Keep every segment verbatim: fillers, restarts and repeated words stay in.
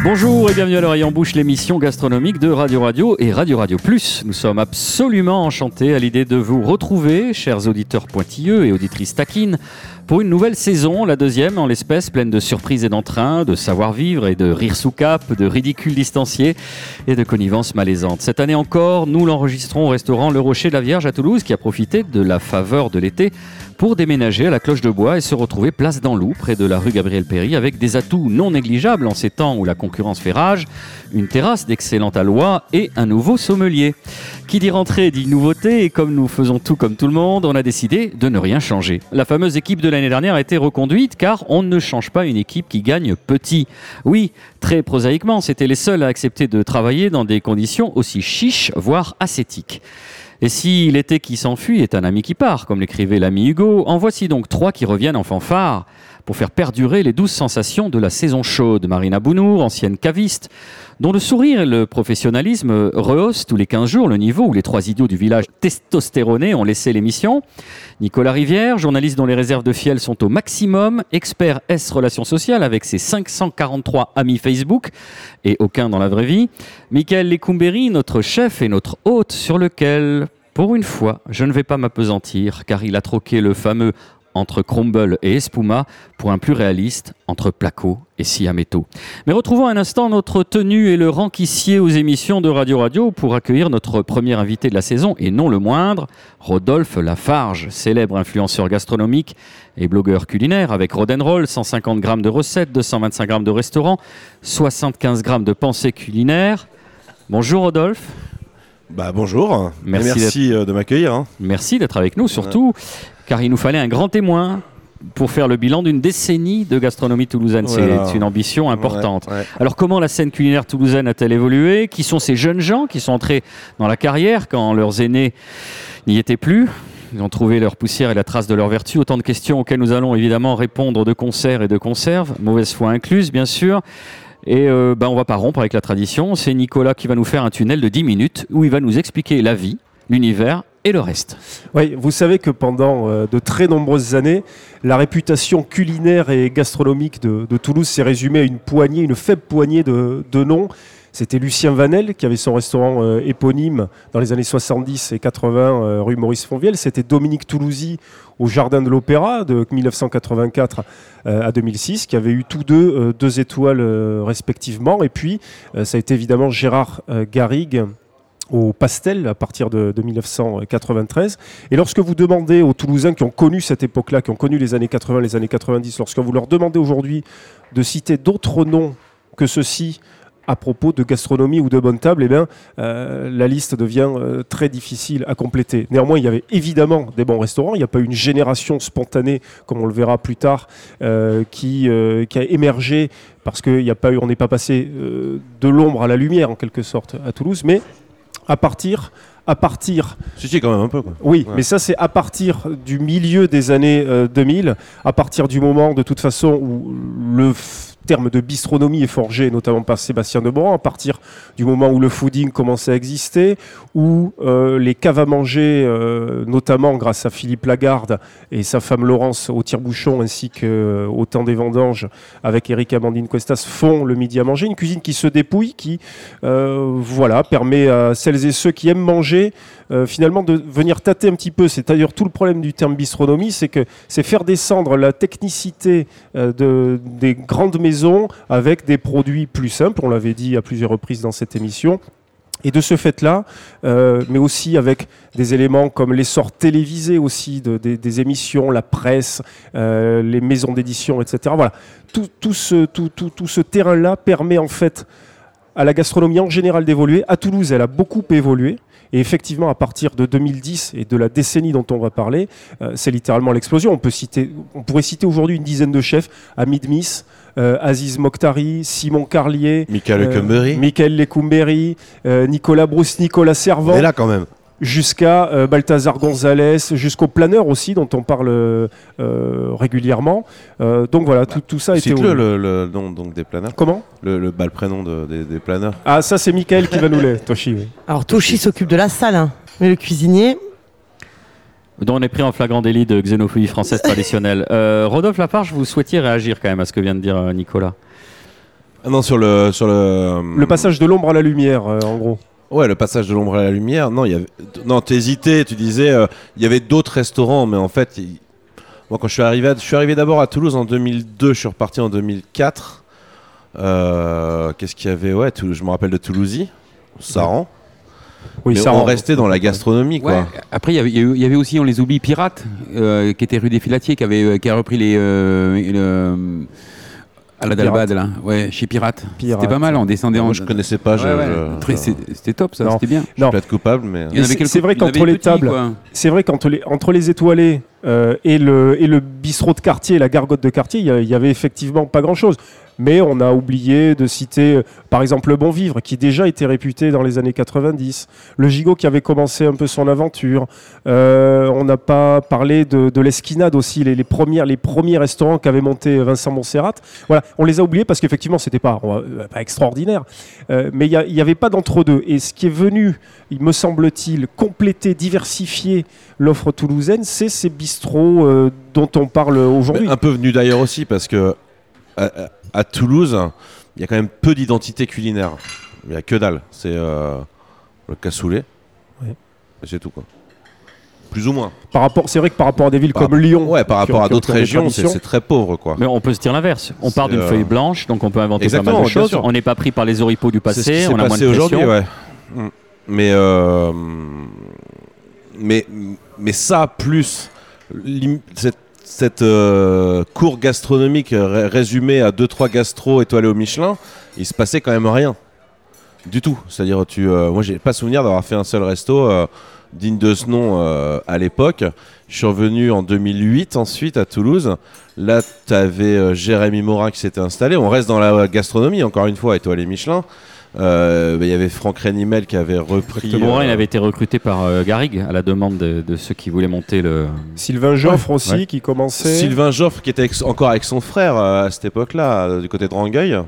Bonjour et bienvenue à l'Oreille en Bouche, l'émission gastronomique de Radio Radio et Radio Radio Plus. Nous sommes absolument enchantés à l'idée de vous retrouver, chers auditeurs pointilleux et auditrices taquines, pour une nouvelle saison, la deuxième en l'espèce, pleine de surprises et d'entrain, de savoir-vivre et de rire sous cape, de ridicules distanciés et de connivences malaisantes. Cette année encore, nous l'enregistrons au restaurant Le Rocher de la Vierge à Toulouse, qui a profité de la faveur de l'été pour déménager à la Cloche de Bois et se retrouver place d'Anlou, près de la rue Gabriel-Péri, avec des atouts non négligeables en ces temps où la concurrence fait rage, une terrasse d'excellente aloi et un nouveau sommelier. Qui dit rentrée dit nouveauté, et comme nous faisons tout comme tout le monde, on a décidé de ne rien changer. La fameuse équipe de l'année dernière a été reconduite car on ne change pas une équipe qui gagne petit. Oui, très prosaïquement, c'était les seuls à accepter de travailler dans des conditions aussi chiches, voire ascétiques. Et si l'été qui s'enfuit est un ami qui part, comme l'écrivait l'ami Hugo, en voici donc trois qui reviennent en fanfare pour faire perdurer les douces sensations de la saison chaude. Marina Bounour, ancienne caviste, dont le sourire et le professionnalisme rehaussent tous les quinze jours le niveau où les trois idiots du village testostéronés ont laissé l'émission. Nicolas Rivière, journaliste dont les réserves de fiel sont au maximum, expert S relations sociales avec ses cinq cent quarante-trois amis Facebook et aucun dans la vraie vie. Michael Lecumberi, notre chef et notre hôte sur lequel, pour une fois, je ne vais pas m'apesantir car il a troqué le fameux entre crumble et espuma pour un plus réaliste entre placo et siametto. Mais retrouvons un instant notre tenue et le rang qui sied aux émissions de Radio Radio pour accueillir notre premier invité de la saison, et non le moindre, Rodolphe Lafarge, célèbre influenceur gastronomique et blogueur culinaire avec Rodenroll, cent cinquante grammes de recettes, deux cent vingt-cinq grammes de restaurant, soixante-quinze grammes de pensées culinaires. Bonjour Rodolphe. Bah bonjour, merci, merci de m'accueillir. Hein. Merci d'être avec nous, surtout car il nous fallait un grand témoin pour faire le bilan d'une décennie de gastronomie toulousaine. Voilà. C'est une ambition importante. Ouais, ouais. Alors comment la scène culinaire toulousaine a-t-elle évolué ? Qui sont ces jeunes gens qui sont entrés dans la carrière quand leurs aînés n'y étaient plus ? Ils ont trouvé leur poussière et la trace de leur vertu. Autant de questions auxquelles nous allons évidemment répondre de concert et de conserve, mauvaise foi incluse bien sûr. Et euh, ben on va pas rompre avec la tradition. C'est Nicolas qui va nous faire un tunnel de dix minutes où il va nous expliquer la vie, l'univers et le reste. Oui, vous savez que pendant euh, de très nombreuses années, la réputation culinaire et gastronomique de, de Toulouse s'est résumée à une poignée, une faible poignée de, de noms. C'était Lucien Vanel qui avait son restaurant euh, éponyme dans les années soixante-dix et quatre-vingts euh, rue Maurice Fonvielle. C'était Dominique Toulouzy au Jardin de l'Opéra de mille neuf cent quatre-vingt-quatre euh, à deux mille six, qui avaient eu tous deux euh, deux étoiles euh, respectivement. Et puis, euh, ça a été évidemment Gérard euh, Garrigue au Pastel à partir de, de mille neuf cent quatre-vingt-treize. Et lorsque vous demandez aux Toulousains qui ont connu cette époque-là, qui ont connu les années quatre-vingts, les années quatre-vingt-dix, lorsque vous leur demandez aujourd'hui de citer d'autres noms que ceux-ci à propos de gastronomie ou de bonne table, eh bien, euh, la liste devient euh, très difficile à compléter. Néanmoins, il y avait évidemment des bons restaurants. Il n'y a pas une génération spontanée, comme on le verra plus tard, euh, qui, euh, qui a émergé parce qu'on n'est pas passé euh, de l'ombre à la lumière, en quelque sorte, à Toulouse. Mais à partir... à partir... Si, si, quand même un peu. Quoi. Oui, ouais. Mais ça, c'est à partir du milieu des années euh, deux mille, à partir du moment, de toute façon, où le f- terme de bistronomie est forgé, notamment par Sébastien Deboran, à partir du moment où le fooding commençait à exister, où euh, les caves à manger, euh, notamment grâce à Philippe Lagarde et sa femme Laurence au tire-bouchon, ainsi qu'au euh, temps des vendanges avec Eric Amandine Cuestas, font le midi à manger. Une cuisine qui se dépouille, qui euh, voilà, permet à celles et ceux qui aiment manger Euh, finalement de venir tâter un petit peu. C'est d'ailleurs tout le problème du terme bistronomie, c'est que c'est faire descendre la technicité euh, de, des grandes maisons avec des produits plus simples, on l'avait dit à plusieurs reprises dans cette émission. Et de ce fait-là, euh, mais aussi avec des éléments comme l'essor télévisé aussi de, des, des émissions, la presse, euh, les maisons d'édition, et cetera. Voilà. Tout, tout, ce, tout, tout, tout ce terrain-là permet en fait à la gastronomie en général d'évoluer. À Toulouse, elle a beaucoup évolué. Et effectivement, à partir de deux mille dix et de la décennie dont on va parler, euh, c'est littéralement l'explosion. On peut citer, on pourrait citer aujourd'hui une dizaine de chefs, Hamid Miss, euh, Aziz Mokhtari, Simon Carlier, Michael Lecumberi, euh, Michael Lecumberi, euh, Nicolas Brousse, Nicolas Servant. Et là quand même. Jusqu'à euh, Balthazar Gonzalez, jusqu'au planeur aussi, dont on parle euh, régulièrement. Euh, donc voilà, bah, tout, tout ça était... Cite-le le, le nom donc, des planeurs. Comment le, le, bah, le prénom de, des, des planeurs. Ah, ça c'est Michael qui va nous l'aider, Toshi. Oui. Alors Toshi s'occupe de la salle, hein, mais le cuisinier... dont on est pris en flagrant délit de xénophobie française traditionnelle. Euh, Rodolphe Lafarge, vous souhaitiez réagir quand même à ce que vient de dire euh, Nicolas ? Ah non, sur le sur le. Le passage de l'ombre à la lumière, euh, en gros. Ouais, le passage de l'ombre à la lumière. Non, il y avait. Non, t'hésitais. Tu disais, euh, il y avait d'autres restaurants, mais en fait, il... moi, quand je suis arrivé, à... je suis arrivé d'abord à Toulouse en deux mille deux. Je suis reparti en deux mille quatre. Euh... Qu'est-ce qu'il y avait? Ouais, Toulouse... je me rappelle de Toulousy, Saran. Oui, mais ça on restait dans la gastronomie, quoi. Ouais. Après, il y, y avait aussi, on les oublie, Pirate, euh, qui était rue des Filatiers, qui avait, qui a repris les, euh, le, à la Dalbade, là, ouais, chez Pirate. Pirate. C'était pas mal, on descendait. Moi, en... je connaissais pas. Ouais, je, ouais. je... Très, c'était top, ça. C'était bien. Je suis peut-être coupable, mais. mais c'est, c'est vrai qu'entre les petits, tables, quoi. C'est vrai qu'entre les entre les étoilés euh, et le et le bistrot de quartier, la gargote de quartier, il y, y avait effectivement pas grand-chose. Mais on a oublié de citer, euh, par exemple, le Bon Vivre, qui déjà était réputé dans les années quatre-vingt-dix. Le Gigot, qui avait commencé un peu son aventure. Euh, on n'a pas parlé de, de l'Esquinade aussi, les, les, premières, les premiers restaurants qu'avait monté Vincent Montserrat. Voilà, on les a oubliés parce qu'effectivement, c'était pas, euh, pas extraordinaire. Euh, mais il n'y avait pas d'entre-deux. Et ce qui est venu, il me semble-t-il, compléter, diversifier l'offre toulousaine, c'est ces bistrots euh, dont on parle aujourd'hui. Mais un peu venu d'ailleurs aussi, parce que à, à Toulouse, il y a quand même peu d'identité culinaire. Il n'y a que dalle. C'est euh, le cassoulet. Ouais. Et c'est tout, quoi. Plus ou moins. Par rapport, c'est vrai que par rapport à des villes par, comme Lyon, ouais, par rapport à d'autres régions, c'est, c'est très pauvre, quoi. Mais on peut se dire l'inverse. On part d'une euh... feuille blanche, donc on peut inventer Exactement, pas mal de choses. On n'est pas pris par les oripeaux du passé. C'est ce qui on a passé moins de pression. Ouais. Mais euh, mais mais ça plus cette cette euh, cour gastronomique r- résumée à deux trois gastros étoilés au Michelin, il se passait quand même rien du tout. C'est-à-dire, tu, euh, moi, j'ai pas souvenir d'avoir fait un seul resto euh, digne de ce nom euh, à l'époque. Je suis revenu en deux mille huit ensuite à Toulouse. Là, tu avais euh, Jérémy Morin qui s'était installé. On reste dans la gastronomie, encore une fois, étoilé Michelin. Il euh, bah, y avait Franck Renimel qui avait repris. Morin, euh... il avait été recruté par euh, Garrigue à la demande de, de ceux qui voulaient monter le. Sylvain Joffre ouais. aussi ouais. qui commençait. Sylvain Joffre qui était ex- encore avec son frère euh, à cette époque-là, euh, du côté de Rangueil.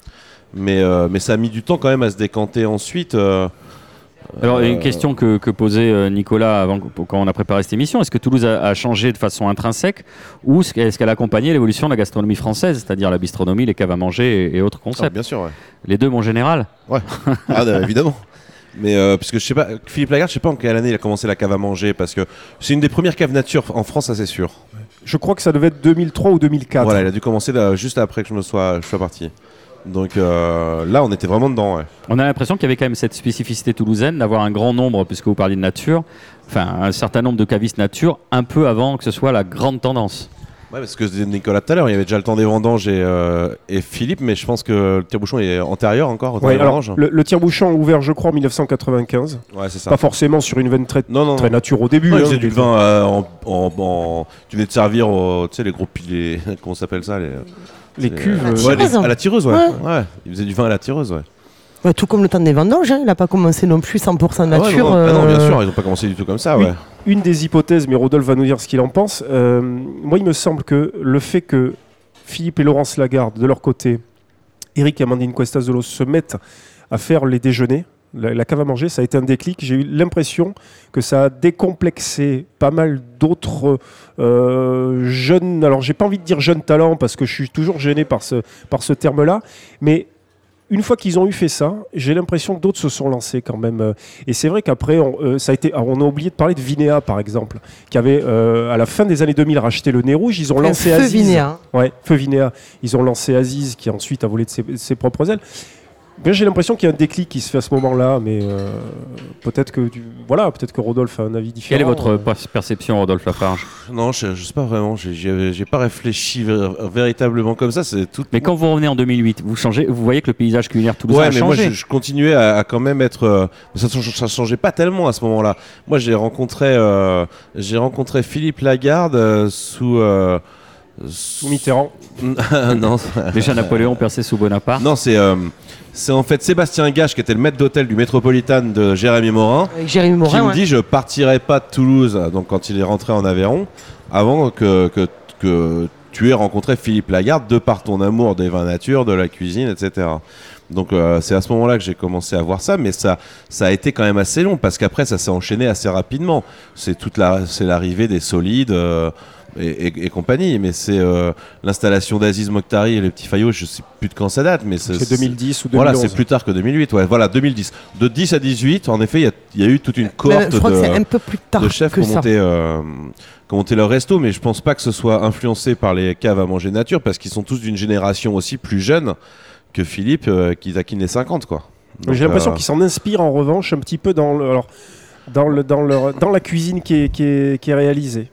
Mais, euh, mais ça a mis du temps quand même à se décanter ensuite. Euh, Alors, une question que, que posait Nicolas avant, quand on a préparé cette émission, est-ce que Toulouse a, a changé de façon intrinsèque ou est-ce qu'elle a accompagné l'évolution de la gastronomie française, c'est-à-dire la bistronomie, les caves à manger et, et autres concepts? Ah, bien sûr, ouais. Les deux, mon général. Ouais, ah, bah, évidemment. Mais euh, parce que je sais pas, Philippe Lagarde, je sais pas en quelle année il a commencé la cave à manger, parce que c'est une des premières caves nature en France, ça c'est sûr. Je crois que ça devait être deux mille trois ou deux mille quatre. Voilà, il a dû commencer là, juste après que je me sois, je sois parti. Donc euh, là, on était vraiment dedans. Ouais. On a l'impression qu'il y avait quand même cette spécificité toulousaine d'avoir un grand nombre, puisque vous parliez de nature, enfin un certain nombre de cavistes nature, un peu avant que ce soit la grande tendance. Ouais, parce que je disais Nicolas tout à l'heure, il y avait déjà le temps des vendanges et, euh, et Philippe, mais je pense que le tire-bouchon est antérieur encore au temps ouais, des vendanges. Le, le tire-bouchon a ouvert, je crois, en dix-neuf cent quatre-vingt-quinze. Ouais, c'est ça. Pas forcément sur une veine très, non, non, très nature au début. Ouais, hein, ils faisaient du vin euh, en, en, en... Tu venais de servir, au, tu sais, les gros pilés, comment ça s'appelle ça les... Les cuves. Euh, ouais, les, à la tireuse, ouais. ouais. ouais. Il faisait du vin à la tireuse, ouais. Ouais, tout comme le temps des vendanges, hein. Il n'a pas commencé non plus cent pour cent nature. Ah ouais, non, non. Euh... Ah non, bien sûr, ils n'ont pas commencé du tout comme ça, une, ouais. Une des hypothèses, mais Rodolphe va nous dire ce qu'il en pense. Euh, moi, il me semble que le fait que Philippe et Laurence Lagarde, de leur côté, Eric et Amandine Cuesta-Zolos se mettent à faire les déjeuners, la, la cave à manger, ça a été un déclic. J'ai eu l'impression que ça a décomplexé pas mal d'autres euh, jeunes. Alors, j'ai pas envie de dire jeunes talents parce que je suis toujours gêné par ce, par ce terme-là, mais une fois qu'ils ont eu fait ça, j'ai l'impression que d'autres se sont lancés quand même. Et c'est vrai qu'après, on, euh, ça a été, on a oublié de parler de Vinéa, par exemple, qui avait, euh, à la fin des années deux mille, racheté le Nez Rouge. Ils ont lancé Feu Aziz. Vinéa. Ouais, Feu Vinéa. Ils ont lancé Aziz, qui ensuite a volé de ses, ses propres ailes. Bien, j'ai l'impression qu'il y a un déclic qui se fait à ce moment-là, mais euh, peut-être que tu, voilà, peut-être que Rodolphe a un avis différent. Quelle est votre euh... perception, Rodolphe Lafarge? Non, je, je sais pas vraiment. J'ai, j'ai, j'ai pas réfléchi ver- véritablement comme ça. C'est tout. Mais quand vous revenez en deux mille huit, vous changez, vous voyez que le paysage culinaire toulousain ouais, a mais changé. Moi, je, je continuais à, à quand même être. Euh, ça, ça changeait pas tellement à ce moment-là. Moi, j'ai rencontré, euh, j'ai rencontré Philippe Lagarde euh, sous. Euh, sous Mitterrand. Non. Déjà Napoléon percé sous Bonaparte. Non, c'est. Euh, C'est en fait Sébastien Gache qui était le maître d'hôtel du Métropolitain de Jérémy Morin, Avec Jérémy Morin, qui me ouais. dit je partirai pas de Toulouse, donc quand il est rentré en Aveyron, avant que, que, que tu aies rencontré Philippe Lagarde de par ton amour des vins nature, de la cuisine, et cetera. Donc euh, c'est à ce moment-là que j'ai commencé à voir ça, mais ça, ça a été quand même assez long parce qu'après ça s'est enchaîné assez rapidement. C'est toute la, c'est l'arrivée des solides euh, et, et, et compagnie, mais c'est euh, l'installation d'Aziz Mokhtari et les petits Fayot, je sais plus de quand ça date, mais c'est, c'est deux mille dix ou deux mille onze. Voilà, c'est plus tard que deux mille huit. Ouais, voilà, deux mille dix. De dix à dix-huit, en effet, il y, y a eu toute une cohorte je crois de, que c'est un peu plus tard de chefs que qui ont ça. monté, euh, qui ont monté leur resto, mais je pense pas que ce soit influencé par les caves à manger nature parce qu'ils sont tous d'une génération aussi plus jeune que Philippe euh, qui taquine les cinquante, quoi. Donc, j'ai l'impression euh... qu'ils s'en inspirent en revanche un petit peu dans, le, alors, dans, le, dans, leur, dans la cuisine qui est, qui est, qui est réalisée.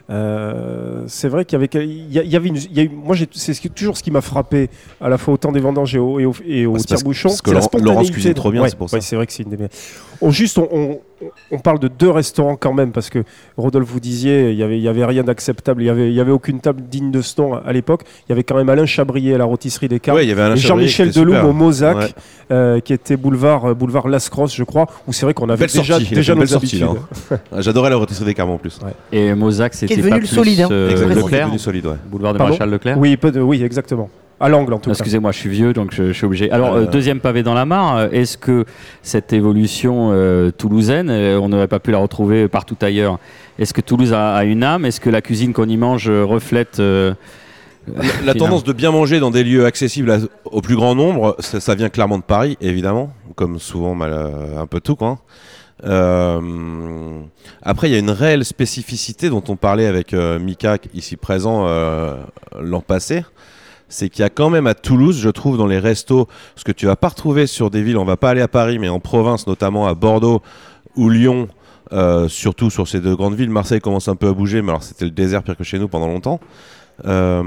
Euh, c'est vrai qu'il y avait, il y, y avait une, il y a eu, moi j'ai, c'est toujours ce qui m'a frappé à la fois au temps des vendanges et au, et au, et au ouais, tire-bouchon. Parce que Laurence, Laurence cuisine trop bien, ouais, c'est pour ça. Ouais, c'est vrai que c'est une des meilleures. On, juste, on, on, on parle de deux restaurants quand même parce que Rodolphe, vous disiez, il y avait, il y avait rien d'acceptable, il y avait, il y avait aucune table digne de ce nom à l'époque. Il y avait quand même Alain Chabrier à la rôtisserie des Carmes, ouais, il y avait Alain et Jean-Michel Deloum au Mozac, ouais. euh, qui était boulevard, boulevard Lascrosse, je crois, où c'est vrai qu'on avait belle déjà, sortie, déjà nos sortie, habitudes. Là, hein. J'adorais la rôtisserie des Carmes en plus. Ouais. Et Mozac, c'était devenu pas le plus solide, hein. euh, Exactement, Leclerc, devenu solide, ouais. boulevard de Pardon Maréchal Leclerc. Oui, peu de, oui, exactement. À l'angle en tout cas. Excusez-moi, je suis vieux, donc je, je suis obligé. Alors, Euh, euh, deuxième pavé dans la mare, est-ce que cette évolution euh, toulousaine, euh, on n'aurait pas pu la retrouver partout ailleurs? Est-ce que Toulouse a, a une âme? Est-ce que la cuisine qu'on y mange euh, reflète euh, La, la tendance de bien manger dans des lieux accessibles à, au plus grand nombre, ça, ça vient clairement de Paris, évidemment, comme souvent mal, euh, un peu tout, quoi. Euh, après, il y a une réelle spécificité dont on parlait avec euh, Mika, ici présent, euh, l'an passé. C'est qu'il y a quand même à Toulouse, je trouve, dans les restos, ce que tu vas pas retrouver sur des villes, on va pas aller à Paris, mais en province, notamment à Bordeaux ou Lyon, euh, surtout sur ces deux grandes villes. Marseille commence un peu à bouger, mais alors c'était le désert pire que chez nous pendant longtemps. Euh,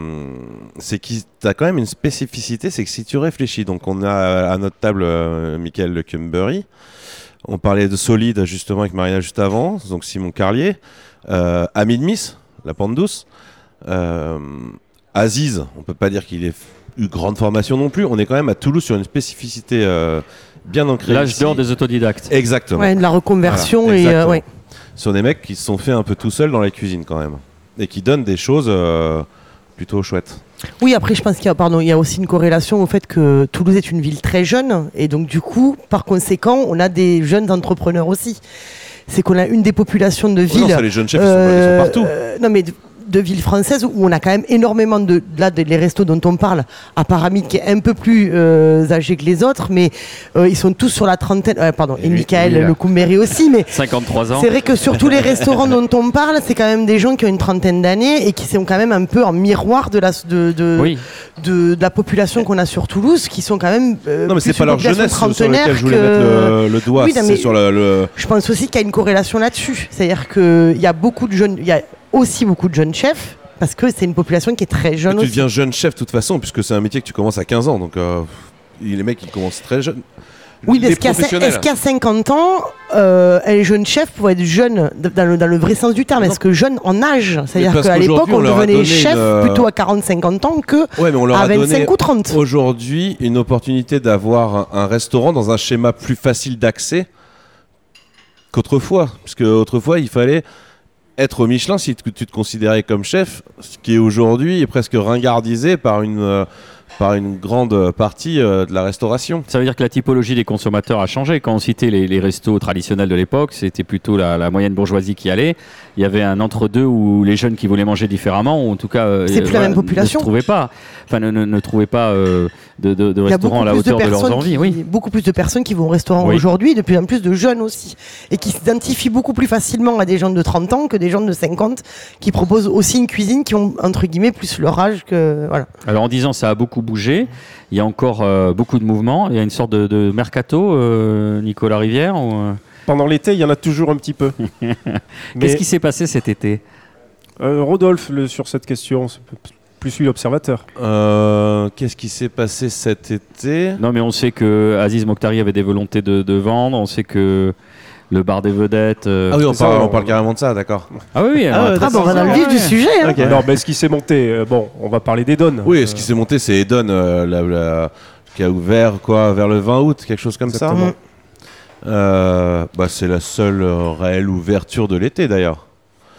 c'est qu'il t'as quand même une spécificité, c'est que si tu réfléchis, donc on a à notre table euh, Michael Lecumberry, on parlait de solide justement avec Marina juste avant, donc Simon Carlier, euh, Ami de Miss, la pente douce, euh, Aziz, on peut pas dire qu'il ait eu grande formation non plus, on est quand même à Toulouse sur une spécificité euh, bien ancrée. l'âge ici. d'or des autodidactes? Exactement. Ouais, de la reconversion Voilà, et euh, exactement. ouais. Sur des mecs qui se sont fait un peu tout seuls dans la cuisine quand même et qui donnent des choses euh, plutôt chouettes. Oui, après, je pense qu'il y a, pardon, il y a aussi une corrélation au fait que Toulouse est une ville très jeune et donc du coup, par conséquent, on a des jeunes entrepreneurs aussi. C'est qu'on a une des populations de villes. Oh non, ça, les jeunes chefs, ils sont- ils sont partout. euh, non, mais de, de villes françaises où on a quand même énormément de là de, les restos dont on parle. À Paramide qui est un peu plus euh, âgé que les autres, mais euh, ils sont tous sur la trentaine. euh, pardon, et, Et lui- Michael lui, là. Lecumberry aussi, mais. cinquante-trois ans. C'est vrai que sur tous les restaurants dont on parle, c'est quand même des gens qui ont une trentaine d'années et qui sont quand même un peu en miroir de la, de, de, Oui. de, de la population qu'on a sur Toulouse, qui sont quand même. euh, Non, mais c'est plus pas une leur population jeunesse sur trentenaire laquelle je voulais que- mettre le, le doigt. Oui, non, c'est mais- sur le, le- Je pense aussi qu'il y a une corrélation là-dessus. C'est-à-dire qu'il y a beaucoup de jeunes, il y a aussi beaucoup de jeunes chefs, parce que c'est une population qui est très jeune tu aussi. deviens jeune chef de toute façon, puisque c'est un métier que tu commences à quinze ans. Donc euh, les mecs, ils commencent très jeunes. Oui, mais Les est-ce qu'à, professionnels. est-ce qu'à cinquante ans, euh, un jeune chef pourrait être jeune dans le, dans le vrai sens du terme? Non. Est-ce que jeune en âge? C'est-à-dire parce qu'à l'époque, qu'aujourd'hui, on on leur a devenait donné chef une, euh, plutôt à quarante cinquante ans que Ouais, mais on leur à a donné vingt-cinq ou trente. aujourd'hui une opportunité d'avoir un, un restaurant dans un schéma plus facile d'accès qu'autrefois. Parce qu'autrefois, il fallait être au Michelin si tu tu te considérais comme chef, ce qui est aujourd'hui est presque ringardisé par une, euh, par une grande partie euh, de la restauration. Ça veut dire que la typologie des consommateurs a changé. Quand on citait les, les restos traditionnels de l'époque, c'était plutôt la, la moyenne bourgeoisie qui allait. Il y avait un entre-deux où les jeunes qui voulaient manger différemment, ou en tout cas, euh, C'est plus la même population. ne se trouvaient pas, enfin, ne, ne, ne trouvaient pas euh, de, de, de Il y a restaurants beaucoup à la plus de hauteur de, leurs personnes envies. qui- Oui. beaucoup plus de personnes qui vont au restaurant Oui. aujourd'hui, de plus en plus de jeunes aussi, et qui s'identifient beaucoup plus facilement à des gens de trente ans que des gens de cinquante, qui proposent aussi une cuisine qui ont entre guillemets plus leur âge que voilà. Alors en disant ça a beaucoup bougé, il y a encore euh, beaucoup de mouvements. Il y a une sorte de, de mercato, euh, Nicolas Rivière. Ou, euh, Pendant l'été, il y en a toujours un petit peu. Mais, Qu'est-ce qui s'est passé cet été? euh, Rodolphe, le- sur cette question, c'est p- plus lui l'observateur. Euh, Qu'est-ce qui s'est passé cet été? Non, mais on sait que Aziz Mokhtari avait des volontés de, de vendre. On sait que le bar des vedettes. euh, Ah oui, on c'est ça, parle, on- on parle carrément de ça, d'accord. Ah oui, oui. alors, Ah, très Ah bon, on va dans le bien. vif Ouais, du ouais. sujet. hein. Ok. Non, mais ce qui s'est monté, euh, bon, on va parler d'Edon. Oui, ce qui s'est monté, c'est Edon, euh, la- la- qui a ouvert quoi, vers le vingt août, quelque chose comme Exactement. ça. Euh, bah, c'est la seule euh, réelle ouverture de l'été d'ailleurs.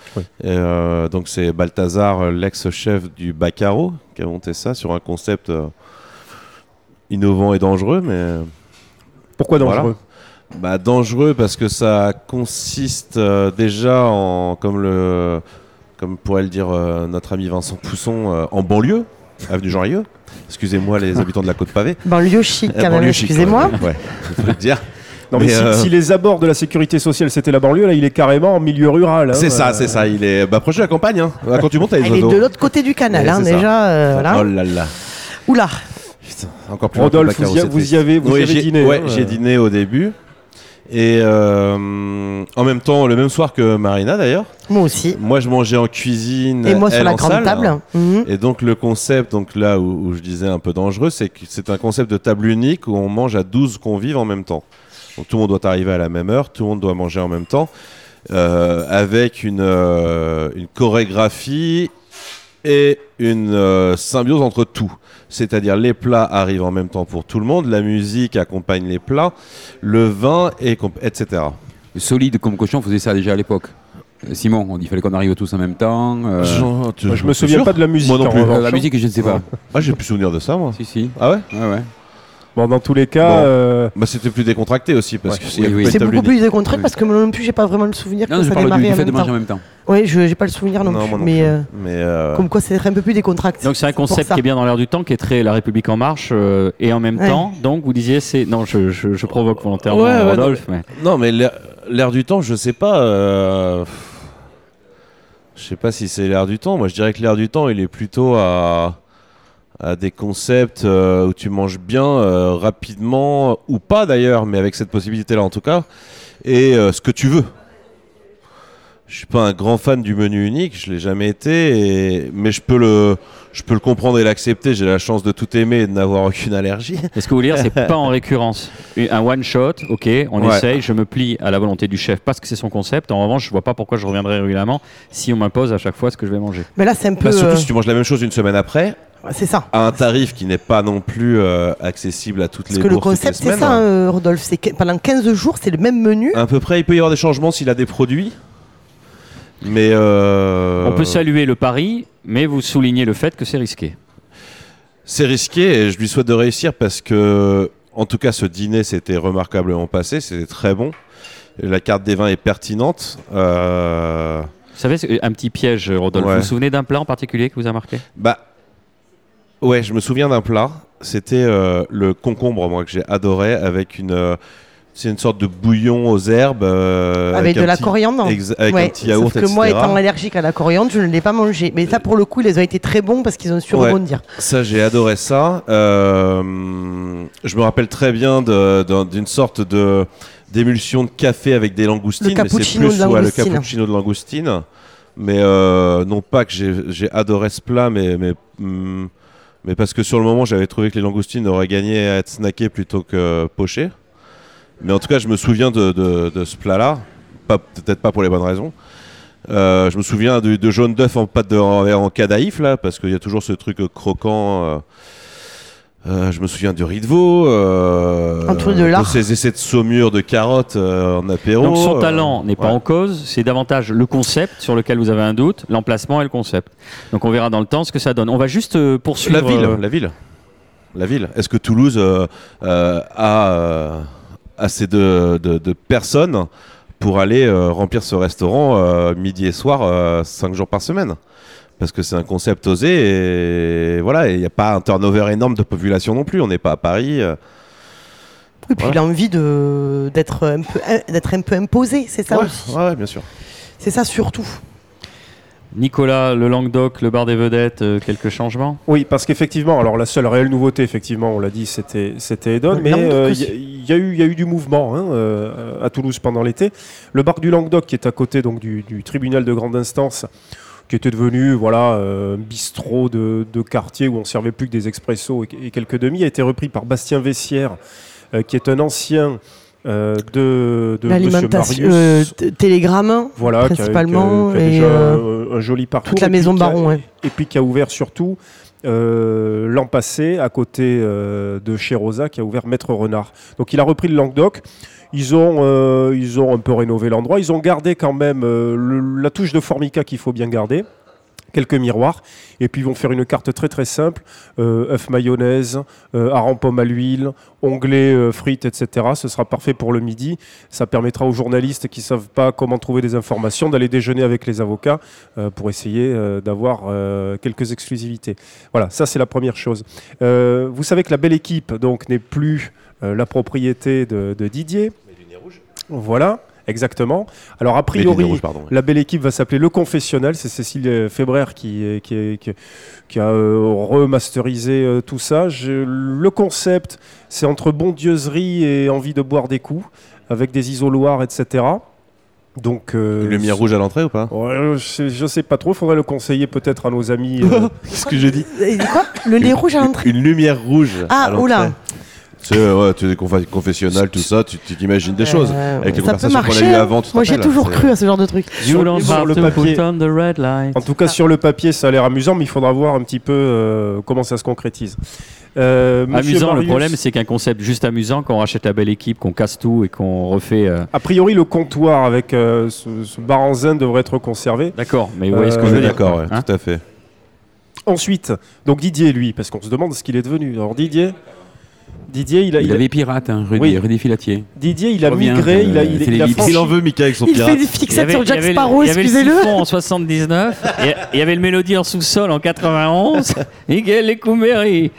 Oui. Et, euh, donc c'est Balthazar, l'ex-chef du Baccaro, qui a monté ça sur un concept euh, innovant et dangereux. Mais pourquoi dangereux ? Voilà. Bah, dangereux parce que ça consiste euh, déjà en, comme, le, comme pourrait le dire euh, notre ami Vincent Pousson, euh, en banlieue, avenue Jean Rieux. Excusez-moi les habitants de la Côte-Pavée. Banlieue chic quand euh, même, excusez-moi. Ouais, il faut le dire. Non mais, mais si, euh... si les abords de la sécurité sociale c'était la banlieue, là il est carrément en milieu rural. Hein, c'est ça, euh... c'est ça. Il est bah, proche de la campagne. Hein. Quand tu montes, t'as les Il oiseaux. est de l'autre côté du canal, ouais, hein, déjà. Euh, voilà. Oh là là. Oula. Putain, encore plus. Rodolphe, vous, y, vous y avez, vous oui, y avez j'ai, dîné. Ouais, hein, j'ai euh... dîné au début. Et euh, en même temps, le même soir que Marina d'ailleurs. Moi aussi. Moi, je mangeais en cuisine. Et moi sur la grande salle, table. Hein. Mmh. Et donc le concept, donc là où, où je disais un peu dangereux, c'est que c'est un concept de table unique où on mange à douze convives en même temps. Donc tout le monde doit arriver à la même heure, tout le monde doit manger en même temps, euh, avec une, euh, une chorégraphie et une euh, symbiose entre tout. C'est-à-dire les plats arrivent en même temps pour tout le monde, la musique accompagne les plats, le vin, et comp- et cetera. Solide comme cochon faisait ça déjà à l'époque. Euh, Simon, on dit qu'il fallait qu'on arrive tous en même temps. Euh... Genre, tu, moi, je me souviens sûr pas de la musique. Moi non plus. Euh, la musique, je ne sais pas. Ah, j'ai plus souvenir de ça, moi. Si, si. Ah ouais. Ouais, ouais. Bon, dans tous les cas, bon. euh... bah, c'était plus décontracté aussi parce ouais. que oui, oui. c'est beaucoup unique. plus décontracté oui. parce que moi non plus j'ai pas vraiment le souvenir non, que je ça parle démarrait du, du en fait même de manger temps. en même temps. Oui, je j'ai pas le souvenir non, non plus, non mais, plus. Euh, mais euh... comme quoi c'est un peu plus décontracté. Donc c'est un concept qui est bien dans l'air du temps, qui est très La République en marche euh, et en même ouais. temps. Donc vous disiez c'est non, je, je, je provoque volontairement ouais, ouais, Rodolphe. Non, mais, non, mais l'air, l'air du temps, je sais pas. Euh... Je sais pas si c'est l'air du temps. Moi, je dirais que l'air du temps, il est plutôt à à des concepts euh, où tu manges bien euh, rapidement ou pas d'ailleurs, mais avec cette possibilité-là en tout cas, et euh, ce que tu veux. Je suis pas un grand fan du menu unique, je l'ai jamais été, et... mais je peux le, je peux le comprendre et l'accepter. J'ai la chance de tout aimer et de n'avoir aucune allergie. Et ce que vous voulez dire, c'est pas en récurrence. Un one shot, ok, on ouais. essaye, je me plie à la volonté du chef parce que c'est son concept. En revanche, je vois pas pourquoi je reviendrai régulièrement si on m'impose à chaque fois ce que je vais manger. Mais là, c'est un peu. Bah, surtout euh... si tu manges la même chose une semaine après. C'est ça. À un tarif qui n'est pas non plus euh, accessible à toutes Parce les bourses. Parce que le concept, c'est ça, euh, Rodolphe. C'est que pendant quinze jours, c'est le même menu. À peu près, il peut y avoir des changements s'il a des produits. Mais euh... on peut saluer le pari, mais vous soulignez le fait que c'est risqué. C'est risqué et je lui souhaite de réussir parce que, en tout cas, ce dîner s'était remarquablement passé. C'était très bon. La carte des vins est pertinente. Euh... Vous savez, un petit piège, Rodolphe. Ouais. Vous vous souvenez d'un plat en particulier qui vous a marqué ? Bah, ouais, je me souviens d'un plat. C'était euh, le concombre, moi, que j'ai adoré, avec une, euh, c'est une sorte de bouillon aux herbes. Euh, avec, avec de la petit, coriandre. Ex- avec ouais, un petit yaourt, sauf que et cetera. Moi, étant allergique à la coriandre, je ne l'ai pas mangé. Mais ça, pour le coup, ils ont été très bons parce qu'ils ont su ouais, rebondir. Ça, j'ai adoré ça. Euh, je me rappelle très bien de, de, d'une sorte de d'émulsion de café avec des langoustines. Le cappuccino mais c'est plus, de langoustine. Ouais, le cappuccino de langoustine. Mais euh, non pas que j'ai, j'ai adoré ce plat, mais, mais, mm, mais parce que sur le moment, j'avais trouvé que les langoustines auraient gagné à être snackées plutôt que pochées. Mais en tout cas, je me souviens de, de, de ce plat-là. Pas, peut-être pas pour les bonnes raisons. Euh, je me souviens de, de jaune d'œuf en pâte de, en, en cadaïf, là, parce qu'il y a toujours ce truc croquant. Euh, Euh, je me souviens du riz de veau, euh, un truc de lard. De ces essais de saumure de carottes euh, en apéro. Donc son talent euh, n'est pas ouais. en cause, c'est davantage le concept sur lequel vous avez un doute, l'emplacement et le concept. Donc on verra dans le temps ce que ça donne. On va juste euh, poursuivre. La ville, euh... la ville, la ville. Est-ce que Toulouse euh, euh, a euh, assez de, de, de personnes pour aller euh, remplir ce restaurant euh, midi et soir, euh, cinq jours par semaine? Parce que c'est un concept osé et voilà, il n'y a pas un turnover énorme de population non plus, on n'est pas à Paris. Euh... Oui, puis voilà. Il a envie de, d'être, un peu, d'être un peu imposé, c'est ça ouais, aussi. Ouais, bien sûr. C'est ça surtout. Nicolas, le Languedoc, le bar des vedettes, euh, quelques changements ? Oui, parce qu'effectivement, alors la seule réelle nouveauté, effectivement, on l'a dit, c'était, c'était Edon, mais il euh, y, y, y a eu du mouvement hein, euh, à Toulouse pendant l'été. Le bar du Languedoc, qui est à côté donc, du, du tribunal de grande instance, qui était devenu voilà, euh, bistrot de, de quartier où on servait plus que des expressos et, et quelques demi, a été repris par Bastien Vessière, euh, qui est un ancien euh, de, de l'alimentation euh, t- Télégramme, voilà, principalement, qui a, qui a, qui a et déjà euh, un, un joli parcours. toute la maison Baron, a, ouais. Et puis qui a ouvert surtout euh, l'an passé, à côté euh, de chez Rosa, qui a ouvert Maître Renard. Donc il a repris le Languedoc. Ils ont, euh, ils ont un peu rénové l'endroit. Ils ont gardé quand même euh, le, la touche de Formica qu'il faut bien garder. Quelques miroirs, et puis ils vont faire une carte très très simple, euh, œuf mayonnaise, euh, hareng pomme à l'huile, onglet euh, frites, et cetera. Ce sera parfait pour le midi. Ça permettra aux journalistes qui ne savent pas comment trouver des informations d'aller déjeuner avec les avocats euh, pour essayer euh, d'avoir euh, quelques exclusivités. Voilà, ça c'est la première chose. Euh, vous savez que la belle équipe donc n'est plus euh, la propriété de, de Didier. Mais du nez rouge. Voilà. Exactement. Alors, a priori, rouge, pardon, oui. La belle équipe va s'appeler Le Confessionnal. C'est Cécile Fébraire qui, qui, qui, qui a euh, remasterisé euh, tout ça. Je, le concept, c'est entre bondieuserie et envie de boire des coups, avec des isoloirs, et cetera. Donc, euh, une lumière rouge à l'entrée ou pas? Ouais, je ne sais pas trop. Il faudrait le conseiller peut-être à nos amis. Euh, ce que j'ai dit. Quoi? Le nez rouge à l'entrée? Une lumière rouge ah, à l'entrée. Oula. Tu sais, ouais, tu es confessionnal, tout ça, tu t'imagines des choses. Euh, avec les ça conversations qu'on a eues avant. Moi, j'ai toujours cru à ce genre de truc. Sur, sur le papier, en tout cas, sur le papier, ça a l'air amusant, mais il faudra voir un petit peu euh, comment ça se concrétise. Euh, amusant, Marius, le problème, c'est qu'un concept juste amusant, quand on rachète la belle équipe, qu'on casse tout et qu'on refait. Euh... A priori, le comptoir avec euh, ce, ce bar en zen devrait être conservé. D'accord, mais vous voyez ce que je veux dire. D'accord, ouais, hein, tout à fait. Ensuite, donc Didier, lui, parce qu'on se demande ce qu'il est devenu. Alors, Didier. Didier, il, a, il, il a... avait pirate, hein, Rudy, oui. Rudy Filatier. Didier, il a migré, euh, il a, il, il a franchi... Il en veut, Mika, avec son il pirate. Il fait des fixettes sur Jack Sparrow, excusez-le. Il y avait le siphon en soixante-dix-neuf, et il y avait le Mélodie en sous-sol en quatre-vingt-onze, Miguel Lecumberri.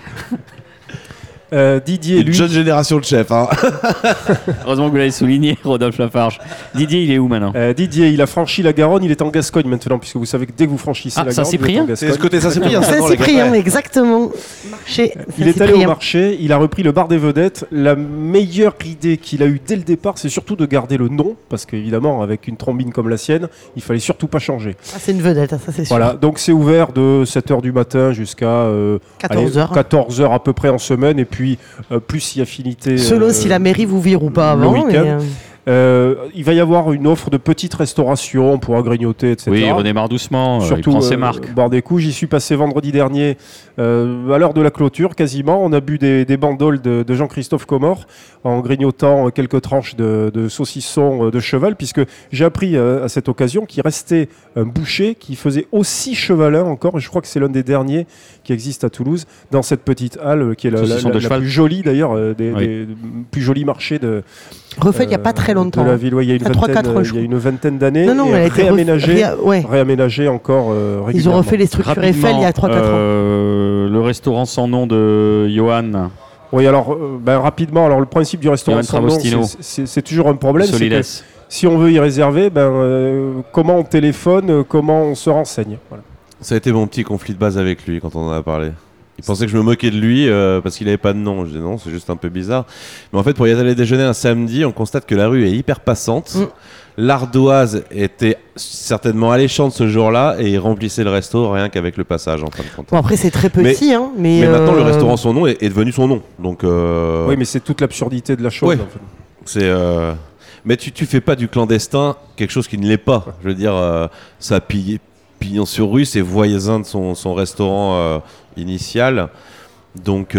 Euh, Didier, une lui... jeune génération de chefs. Hein. Heureusement que vous l'avez souligné, Rodolphe Lafarge. Didier, il est où maintenant? euh, Didier, il a franchi la Garonne, il est en Gascogne maintenant, puisque vous savez que dès que vous franchissez ah, la ça Garonne, vous êtes en c'est ce côté Saint-Cyprien. Saint-Cyprien, exactement. Marché, il est allé au marché, il a repris le bar des vedettes. La meilleure idée qu'il a eue dès le départ, c'est surtout de garder le nom, parce qu'évidemment, avec une trombine comme la sienne, il fallait surtout pas changer. Ah, c'est une vedette, ça c'est sûr. Voilà, donc c'est ouvert de sept heures du matin jusqu'à euh, quatorze heures. quatorze heures à peu près en semaine, et puis euh, plus si affinité. Selon euh, si la mairie vous vire ou pas avant. Le week-end. Mais... Euh, il va y avoir une offre de petite restauration pour grignoter, et cetera. Oui, on démarre doucement, surtout, il prend ses euh, marques. Boire des coups, j'y suis passé vendredi dernier euh, à l'heure de la clôture quasiment. On a bu des, des bandoles de, de Jean-Christophe Comor en grignotant quelques tranches de, de saucisson de cheval, puisque j'ai appris euh, à cette occasion qu'il restait un boucher qui faisait aussi chevalin encore, et je crois que c'est l'un des derniers qui existe à Toulouse, dans cette petite halle qui est la, la, la, la plus jolie d'ailleurs, euh, des, oui. des plus jolis marchés de... Refait il n'y a pas très longtemps. De la ville, ouais, il y a une vingtaine, trois, quatre, il y a une vingtaine d'années. Non, non, elle a été réaménagée, ref... ouais. réaménagée encore euh, régulièrement. Ils ont refait les structures Eiffel il y a trois quatre euh, ans. Le restaurant sans nom de Johan. Oui, alors euh, ben, rapidement, alors le principe du restaurant sans nom, c'est toujours un problème. C'est que si on veut y réserver, ben, euh, comment on téléphone, comment on se renseigne. Voilà. Ça a été mon petit conflit de base avec lui quand on en a parlé. Il pensait que je me moquais de lui euh, parce qu'il n'avait pas de nom. Je dis non, c'est juste un peu bizarre. Mais en fait, pour y aller déjeuner un samedi, on constate que la rue est hyper passante. Mm. L'ardoise était certainement alléchante ce jour-là et il remplissait le resto rien qu'avec le passage. En fin de compte. Bon, après, c'est très petit. Mais, hein, mais mais euh... maintenant, le restaurant son nom est, est devenu son nom. Donc, euh... oui, mais c'est toute l'absurdité de la chose. Ouais. En fait. C'est. Euh... Mais tu, tu fais pas du clandestin quelque chose qui ne l'est pas. Je veux dire, euh, ça a pillé. Pignon sur rue, c'est voisin de son, son restaurant euh, initial. Donc,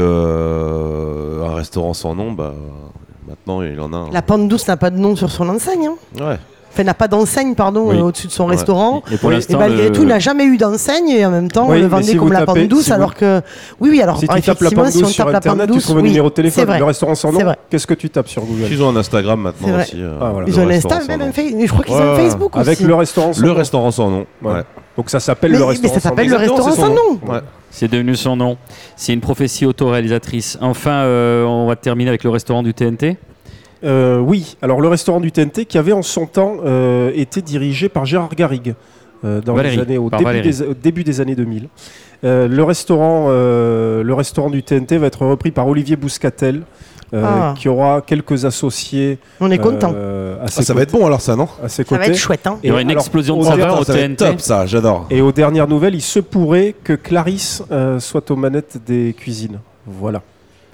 euh, un restaurant sans nom, bah, maintenant, il en a un. La Pente Douce n'a pas de nom sur son enseigne. Hein. Ouais. Enfin, n'a pas d'enseigne, pardon, oui. euh, au-dessus de son ouais. restaurant. Et, pour et malgré le... tout, n'a jamais eu d'enseigne et en même temps, oui, on le vendait si comme la tapez, Pente Douce, si alors vous... que... Oui, oui, alors si tu tapes la Pente Douce si on tape sur la Internet, Pente Douce, tu trouves un oui, numéro de téléphone. Le restaurant sans nom, qu'est-ce que tu tapes sur Google? Ils ont un Instagram maintenant aussi. Euh, ah, voilà. Ils ont un Instagram, même un Facebook. Je crois qu'ils ont un Facebook aussi. Avec le restaurant sans nom. Le restaurant sans nom, ouais. Donc ça s'appelle le restaurant sans nom. Mais ça s'appelle le restaurant sans nom. C'est devenu son nom. C'est une prophétie autoréalisatrice. Enfin, euh, on va terminer avec le restaurant du T N T. Euh, oui, alors le restaurant du T N T qui avait en son temps euh, été dirigé par Gérard Garrigue euh, dans Valérie, les années, au, début des, au début des années deux mille. Euh, le, restaurant, euh, le restaurant du T N T va être repris par Olivier Bouscatel. Euh, ah. Qui aura quelques associés. On est content. Euh, ah, ça côtés. Va être bon alors ça, non? À ses ça côtés. va être chouette. Hein. Il y aura une alors, explosion de saveurs au T N T. Top ça, j'adore. Et aux dernières nouvelles, il se pourrait que Clarisse euh, soit aux manettes des cuisines. Voilà.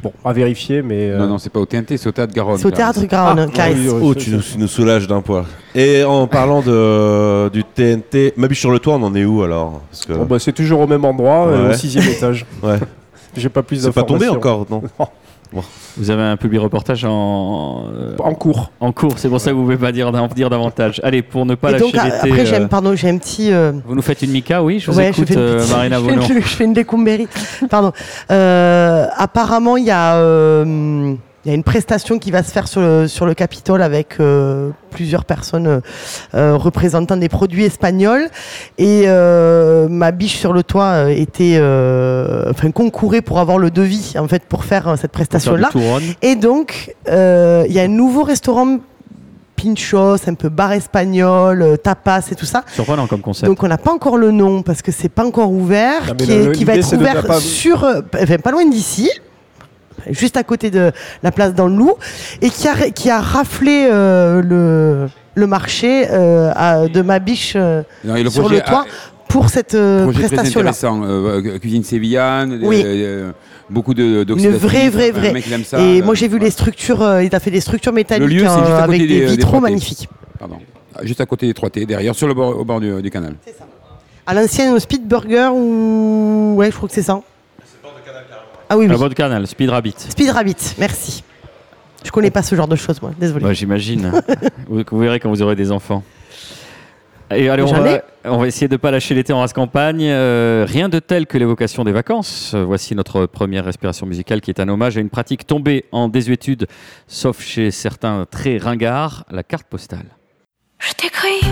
Bon, à vérifier, mais... Euh... Non, non, c'est pas au T N T, c'est au Théâtre Garonne. C'est au Théâtre Garonne, ah, oui, oui, oh, tu nous, tu nous soulages d'un poids. Et en parlant de, du T N T, ma biche sur le toit, on en est où alors? Parce que... oh, bah, c'est toujours au même endroit, ouais. euh, au sixième étage. Ouais. J'ai pas plus d'informations. C'est pas tombé encore, non, non. Bon. Vous avez un public reportage en... Euh, en cours. En cours, c'est pour ça que vous ne pouvez pas dire, dire davantage. Allez, pour ne pas et lâcher donc, l'été... Après, euh... j'aime, pardon, j'ai un petit... Euh... Vous nous faites une Mika, oui? Je vous ouais, écoute, je euh, petite... Marina Bono. je, je fais une décomberie. Pardon. Euh, apparemment, il y a... Euh... Il y a une prestation qui va se faire sur le, sur le Capitole avec euh, plusieurs personnes euh, représentant des produits espagnols. Et euh, ma biche sur le toit était, euh, enfin, concourait pour avoir le devis en fait pour faire euh, cette prestation-là. Et donc, euh, il y a un nouveau restaurant pinchos, un peu bar espagnol, tapas et tout ça. Surprenant comme concept. Donc on n'a pas encore le nom parce que c'est pas encore ouvert, non, qui, le, est, qui va être ouvert pas... sur, euh, enfin, pas loin d'ici. Juste à côté de la place dans le Loup, et qui a, qui a raflé euh, le, le marché euh, à, de ma biche euh, non, le sur le toit a, pour cette euh, prestation-là. Très intéressant, euh, cuisine sévillane, oui. euh, beaucoup de Une vraie, vraie, vraie. Ça, et euh, moi j'ai vu ouais. les structures, euh, il a fait des structures métalliques lieu, euh, avec des, des vitraux des magnifiques. Pardon. Juste à côté des trois T, derrière, sur le bord, au bord du, du canal. C'est ça. À l'ancienne Speed Burger, ou ouais, je crois que c'est ça. Ah oui, oui. À votre canal, Speed Rabbit. Speed Rabbit, merci. Je connais pas ce genre de choses, moi. Désolé. Ouais, j'imagine. vous, vous verrez quand vous aurez des enfants. Et allez, on va, on va essayer de ne pas lâcher l'été en race campagne. Euh, rien de tel que l'évocation des vacances. Euh, voici notre première respiration musicale qui est un hommage à une pratique tombée en désuétude, sauf chez certains très ringards, la carte postale. Je t'écris,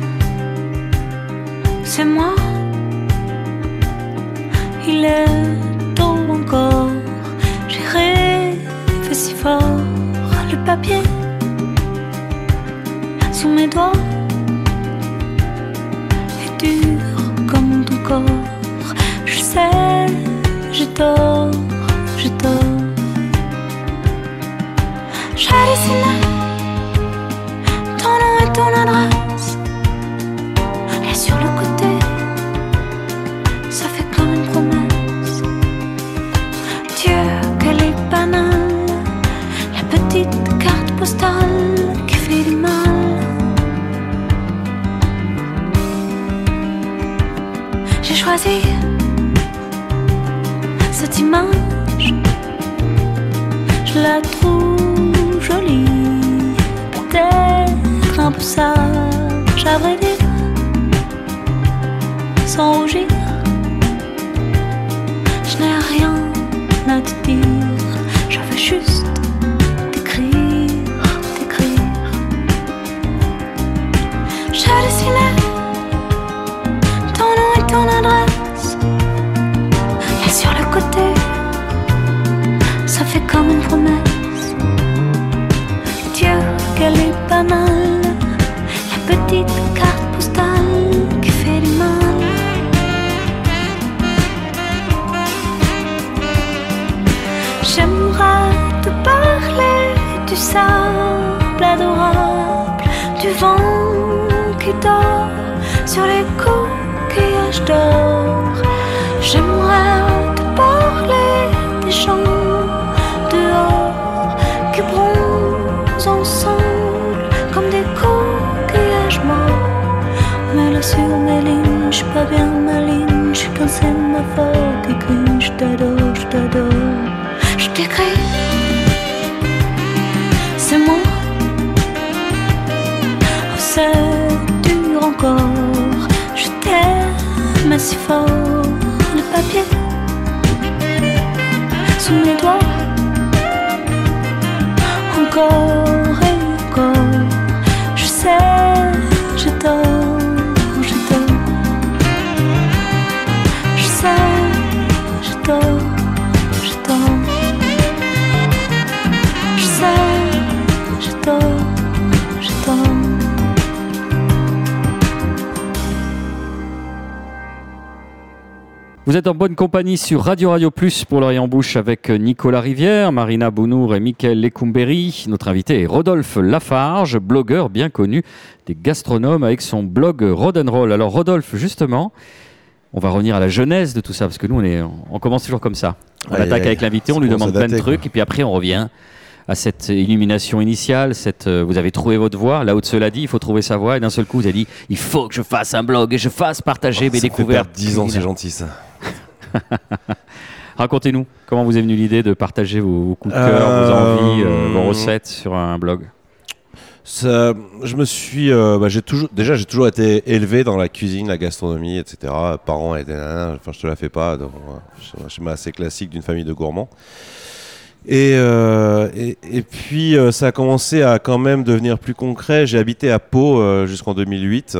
c'est moi. Il est tôt encore, j'ai rêvé si fort, le papier sous mes doigts est dur comme ton corps. Je sais, j'ai tort, j'ai tort. J'ai dessiné ton nom et ton adresse, et sur le côté, ça fait comme une promesse. Dieu, qu'elle est banale, la petite carte postale qui fait du mal. J'ai choisi cette image, je la trouve jolie, peut-être un peu sage, à vrai dire, sans rougir. Je n'ai rien à te dire, je veux juste t'écrire, t'écrire. J'ai dessiné ton nom et ton adresse, et sur le côté, ça fait comme une promesse. Dieu, qu'elle est banale, la petite carte postale qui fait du mal. J'aimerais te parler du sable adorable, du vent qui dort sur les coquillages d'or. J'aimerais te parler des gens dehors qui bronzent ensemble comme des coquillages morts. Mais là sur mes lignes, je suis pas bien maligne, je suis qu'un sémaphore qui crie. Je t'adore, je t'adore. Je t'écris, c'est moi. Oh, c'est dur encore, je t'aime si fort. Le papier sous mes doigts, encore et encore. Je sais, j'ai tort, j'ai tort. Je sais, j'ai tort. Vous êtes en bonne compagnie sur Radio Radio Plus pour l'Oreille en Bouche avec Nicolas Rivière, Marina Bounour et Mickaël Lecumberi. Notre invité est Rodolphe Lafarge, blogueur bien connu des gastronomes avec son blog Rodenroll. Alors Rodolphe, justement, on va revenir à la genèse de tout ça parce que nous on, est, on commence toujours comme ça. On Aïe, attaque aïe, avec l'invité, on ça lui commence demande à plein de dater, trucs, quoi. et puis après on revient à cette illumination initiale, cette, euh, vous avez trouvé votre voie, là où cela dit, il faut trouver sa voie, et d'un seul coup vous avez dit, il faut que je fasse un blog et je fasse partager Oh, mes ça découvertes. fait dix ans, c'est gentil ça. Racontez-nous, comment vous est venue l'idée de partager vos, vos coups de cœur, Euh, vos envies, euh, vos recettes sur un blog? Ça, je me suis, euh, bah, j'ai toujours, déjà j'ai toujours été élevé dans la cuisine, la gastronomie, et cetera. Parents étaient, enfin je te la fais pas, donc, ouais, schéma assez classique d'une famille de gourmands. Et, euh, et, et puis euh, ça a commencé à quand même devenir plus concret. J'ai habité à Pau euh, jusqu'en deux mille huit.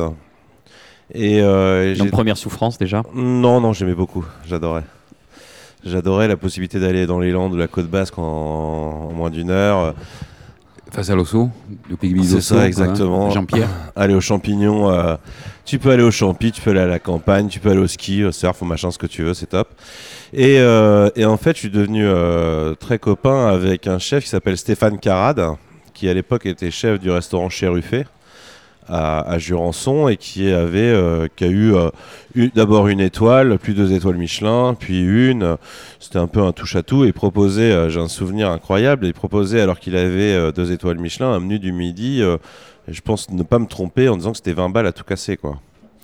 Et, euh, et Donc j'ai... première souffrance déjà. Non, non, j'aimais beaucoup, j'adorais. J'adorais la possibilité d'aller dans les Landes ou la Côte Basque en, en moins d'une heure. Face à l'Osso, le pays de C'est l'Osso, ça, quoi, exactement. hein. Jean-Pierre. Aller aux champignons, euh, tu peux aller aux champis, tu peux aller à la campagne, tu peux aller au ski, au surf, au machin, ce que tu veux, c'est top. Et, euh, et en fait, je suis devenu euh, très copain avec un chef qui s'appelle Stéphane Carade, qui à l'époque était chef du restaurant Chez Ruffet à, à Jurançon et qui avait, euh, qui a eu euh, eu, d'abord une étoile, puis deux étoiles Michelin, puis une. C'était un peu un touche-à-tout et il proposait, euh, j'ai un souvenir incroyable, il proposait alors qu'il avait euh, deux étoiles Michelin, un menu du midi. Euh, et je pense ne pas me tromper en disant que c'était vingt balles à tout casser, quoi.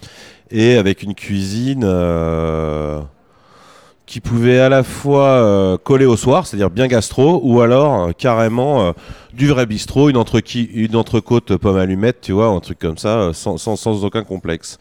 Et avec une cuisine euh, qui pouvait à la fois euh, coller au soir, c'est-à-dire bien gastro, ou alors euh, carrément euh, du vrai bistrot, une, entrequi- une entrecôte pomme allumette, tu vois, un truc comme ça, euh, sans, sans, sans aucun complexe.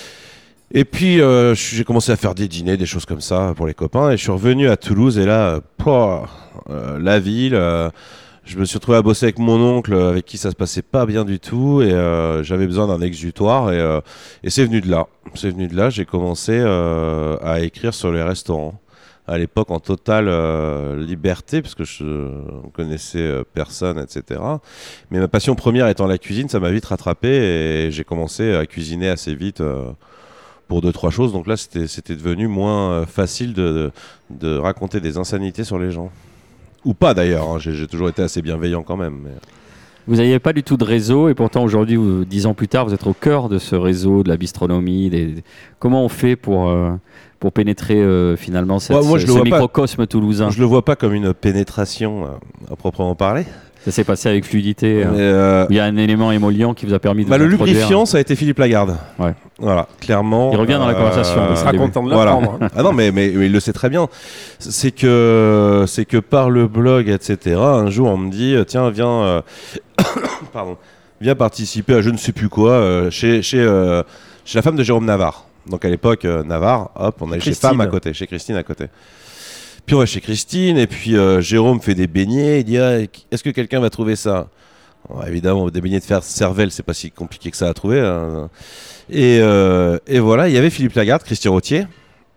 Et puis euh, j'ai commencé à faire des dîners, des choses comme ça pour les copains, et je suis revenu à Toulouse, et là, euh, pouah, euh, la ville... Euh, je me suis retrouvé à bosser avec mon oncle, avec qui ça se passait pas bien du tout, et euh, j'avais besoin d'un exutoire, et, euh, et c'est venu de là. C'est venu de là, j'ai commencé euh, à écrire sur les restaurants. À l'époque, en totale euh, liberté, parce que je ne connaissais euh, personne, et cetera. Mais ma passion première étant la cuisine, ça m'a vite rattrapé, et j'ai commencé à cuisiner assez vite euh, pour deux, trois choses. Donc là, c'était, c'était devenu moins euh, facile de, de, de raconter des insanités sur les gens. Ou pas d'ailleurs, hein. j'ai, j'ai toujours été assez bienveillant quand même. Mais... Vous n'aviez pas du tout de réseau et pourtant aujourd'hui, vous, dix ans plus tard, vous êtes au cœur de ce réseau, de la bistronomie. Des... Comment on fait pour, euh, pour pénétrer euh, finalement cette, ouais, moi, je ce, le ce vois microcosme pas, toulousain? Je le vois pas comme une pénétration euh, à proprement parler. Ça s'est passé avec fluidité. Mais, euh, euh, il y a un élément émollient qui vous a permis de bah, vous le introduire. lubrifiant, ça a été Philippe Lagarde. Ouais. Voilà, clairement. Il revient dans la conversation, euh, il sera début. content de Voilà. l'apprendre. hein. Ah non, mais, mais, mais il le sait très bien. C'est que, c'est que par le blog, et cetera, un jour, on me dit, tiens, viens, euh, pardon, viens participer à je ne sais plus quoi euh, chez, chez, euh, chez la femme de Jérôme Navarre. Donc à l'époque, euh, Navarre, hop, on allait chez Christine. Femme à côté, chez Christine à côté. Puis on va chez Christine, et puis euh, Jérôme fait des beignets, il dit, ah, est-ce que quelqu'un va trouver ça? Bon, évidemment, des beignets de fer cervelle, c'est pas si compliqué que ça à trouver. Hein. Et, euh, et voilà, il y avait Philippe Lagarde, Christian Rottier,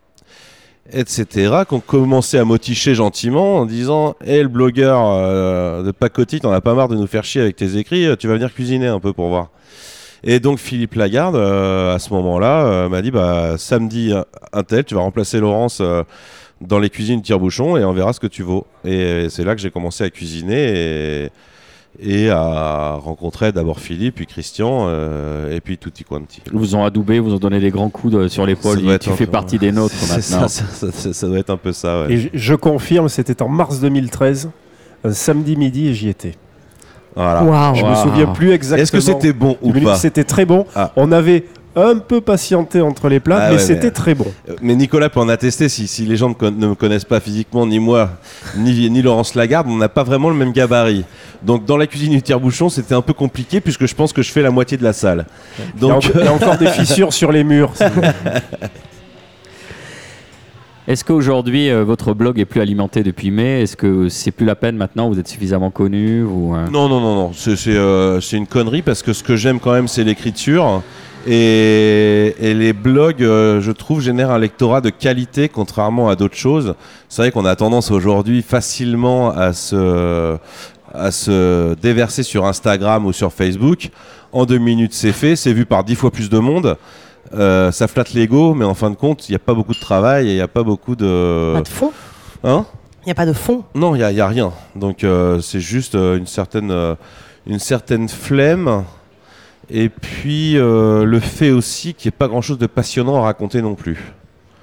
et cetera, qui ont commencé à m'oticher gentiment en disant « Hé, le blogueur euh, de Pacotille, t'en as pas marre de nous faire chier avec tes écrits, tu vas venir cuisiner un peu pour voir. » Et donc Philippe Lagarde, euh, à ce moment-là, euh, m'a dit bah, « Samedi, un tel, tu vas remplacer Laurence euh, dans les cuisines tire-bouchon et on verra ce que tu vaux. » Et c'est là que j'ai commencé à cuisiner et... et à rencontrer d'abord Philippe, puis Christian, euh, et puis tutti quanti. Ils vous ont adoubé, vous ont donné des grands coups de, sur l'épaule. Ça doit Tu être fais un peu- partie des nôtres C'est maintenant. ça, ça, ça, ça doit être un peu ça, ouais. Et je, je confirme, c'était en mars deux mille treize, un samedi midi, et j'y étais. Voilà. Waouh. Je me Wow. souviens plus exactement. Est-ce que c'était bon ou du menu. pas? C'était très bon. Ah. On avait un peu patienté entre les plats, Ah mais ouais, c'était mais- très bon. Euh, Mais Nicolas peut en attester, si, si les gens ne, con- ne me connaissent pas physiquement, ni moi, ni, ni Laurence Lagarde, on n'a pas vraiment le même gabarit. Donc dans la cuisine du tire-bouchon, c'était un peu compliqué, puisque je pense que je fais la moitié de la salle. Donc, il, y a, il y a encore des fissures sur les murs. Est-ce qu'aujourd'hui, euh, votre blog est plus alimenté depuis mai? Est-ce que c'est plus la peine maintenant? Vous êtes suffisamment connu vous, euh... Non, non, non, non, c'est, c'est, euh, c'est une connerie, parce que ce que j'aime quand même, c'est l'écriture. Et, et les blogs, euh, je trouve, génèrent un lectorat de qualité, contrairement à d'autres choses. C'est vrai qu'on a tendance aujourd'hui facilement à se, à se déverser sur Instagram ou sur Facebook. En deux minutes, c'est fait, c'est vu par dix fois plus de monde. Euh, ça flatte l'ego, mais en fin de compte, il n'y a pas beaucoup de travail et il n'y a pas beaucoup de... Pas de fond. Hein ? Il n'y a pas de fond. Non, il n'y a, y a rien. Donc euh, c'est juste euh, une, certaine, euh, une certaine flemme. Et puis euh, le fait aussi qu'il n'y ait pas grand-chose de passionnant à raconter non plus.